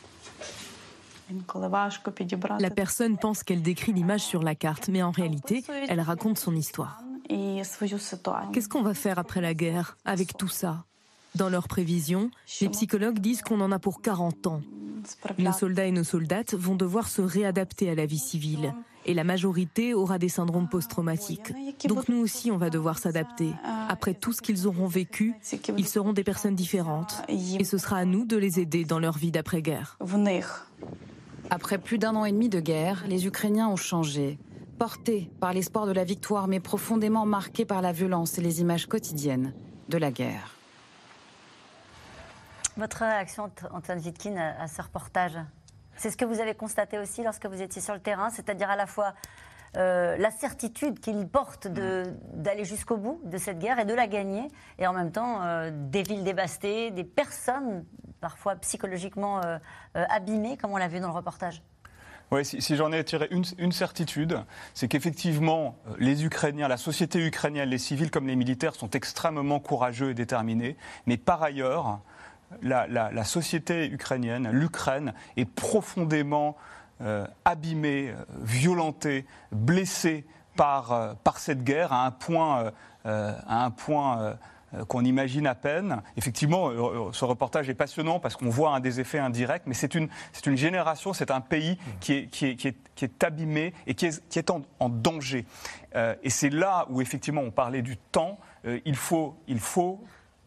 La personne pense qu'elle décrit l'image sur la carte, mais en réalité, elle raconte son histoire. Qu'est-ce qu'on va faire après la guerre, avec tout ça? Dans leurs prévisions, les psychologues disent qu'on en a pour quarante ans. Nos soldats et nos soldates vont devoir se réadapter à la vie civile. Et la majorité aura des syndromes post-traumatiques. Donc nous aussi, on va devoir s'adapter. Après tout ce qu'ils auront vécu, ils seront des personnes différentes. Et ce sera à nous de les aider dans leur vie d'après-guerre. Après plus d'un an et demi de guerre, les Ukrainiens ont changé. Portés par l'espoir de la victoire, mais profondément marqués par la violence et les images quotidiennes de la guerre. Votre réaction, Antoine Vitkin, à ce reportage? C'est ce que vous avez constaté aussi lorsque vous étiez sur le terrain, c'est-à-dire à la fois euh, la certitude qu'il porte d'aller jusqu'au bout de cette guerre et de la gagner, et en même temps euh, des villes dévastées, des personnes parfois psychologiquement euh, euh, abîmées, comme on l'a vu dans le reportage. Oui, si, si j'en ai tiré une, une certitude, c'est qu'effectivement, les Ukrainiens, la société ukrainienne, les civils comme les militaires sont extrêmement courageux et déterminés, mais par ailleurs, La, la, la société ukrainienne, l'Ukraine, est profondément euh, abîmée, violentée, blessée par, euh, par cette guerre à un point, euh, à un point euh, qu'on imagine à peine. Effectivement, euh, ce reportage est passionnant parce qu'on voit un des effets indirects, mais c'est une, c'est une génération, c'est un pays qui est, qui est, qui est, qui est abîmé et qui est, qui est en, en danger. Euh, et c'est là où, effectivement, on parlait du temps. Euh, il faut... Il faut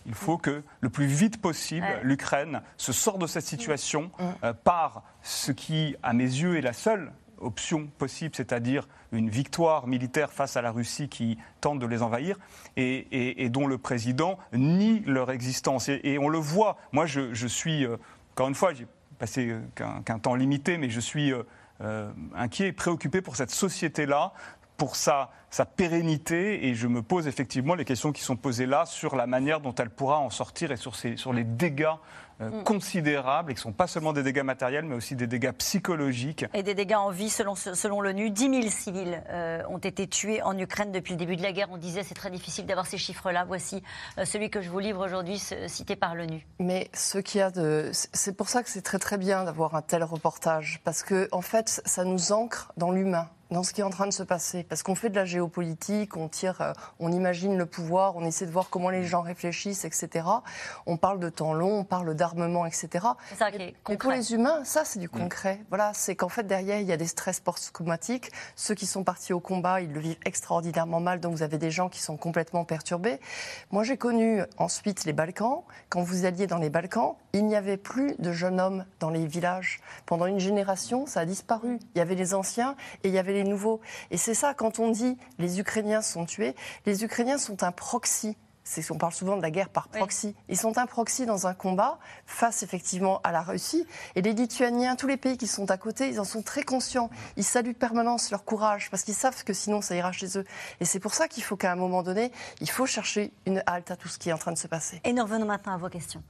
Il faut que le plus vite possible, ouais. l'Ukraine se sorte de cette situation euh, par ce qui, à mes yeux, est la seule option possible, c'est-à-dire une victoire militaire face à la Russie qui tente de les envahir et, et, et dont le président nie leur existence. Et, et on le voit. Moi, je, je suis, euh, encore une fois, j'ai passé qu'un, qu'un temps limité, mais je suis euh, euh, inquiet et préoccupé pour cette société-là, pour sa, sa pérennité, et je me pose effectivement les questions qui sont posées là sur la manière dont elle pourra en sortir et sur, ses, sur les dégâts euh, mm. considérables, et qui ne sont pas seulement des dégâts matériels, mais aussi des dégâts psychologiques. Et des dégâts en vie, selon, selon l'ONU. dix mille civils euh, ont été tués en Ukraine depuis le début de la guerre. On disait c'est très difficile d'avoir ces chiffres-là. Voici euh, celui que je vous livre aujourd'hui, cité par l'ONU. Mais ce qu'il y a de... C'est pour ça que c'est très très bien d'avoir un tel reportage, parce que en fait, ça nous ancre dans l'humain, dans ce qui est en train de se passer. Parce qu'on fait de la géopolitique, on tire, euh, on imagine le pouvoir, on essaie de voir comment les gens réfléchissent, et cetera. On parle de temps long, on parle d'armement, et cetera. C'est ça qui est concret. Mais pour les humains, ça, c'est du concret. Mmh. Voilà, c'est qu'en fait, derrière, il y a des stress post-traumatiques. Ceux qui sont partis au combat, ils le vivent extraordinairement mal, donc vous avez des gens qui sont complètement perturbés. Moi, j'ai connu ensuite les Balkans. Quand vous alliez dans les Balkans, il n'y avait plus de jeunes hommes dans les villages. Pendant une génération, ça a disparu. Il y avait les anciens et il y avait les nouveaux. Et c'est ça, quand on dit les Ukrainiens sont tués, les Ukrainiens sont un proxy. C'est, on parle souvent de la guerre par proxy. Oui. Ils sont un proxy dans un combat face effectivement à la Russie. Et les Lituaniens, tous les pays qui sont à côté, ils en sont très conscients. Ils saluent de permanence leur courage parce qu'ils savent que sinon ça ira chez eux. Et c'est pour ça qu'il faut qu'à un moment donné, il faut chercher une halte à tout ce qui est en train de se passer. Et nous revenons maintenant à vos questions.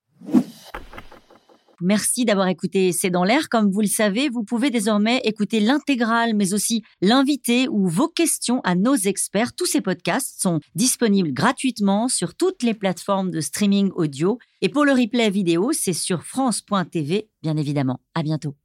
Merci d'avoir écouté C'est dans l'air. Comme vous le savez, vous pouvez désormais écouter l'intégrale, mais aussi l'invité ou vos questions à nos experts. Tous ces podcasts sont disponibles gratuitement sur toutes les plateformes de streaming audio. Et pour le replay vidéo, c'est sur France point T V, bien évidemment. À bientôt.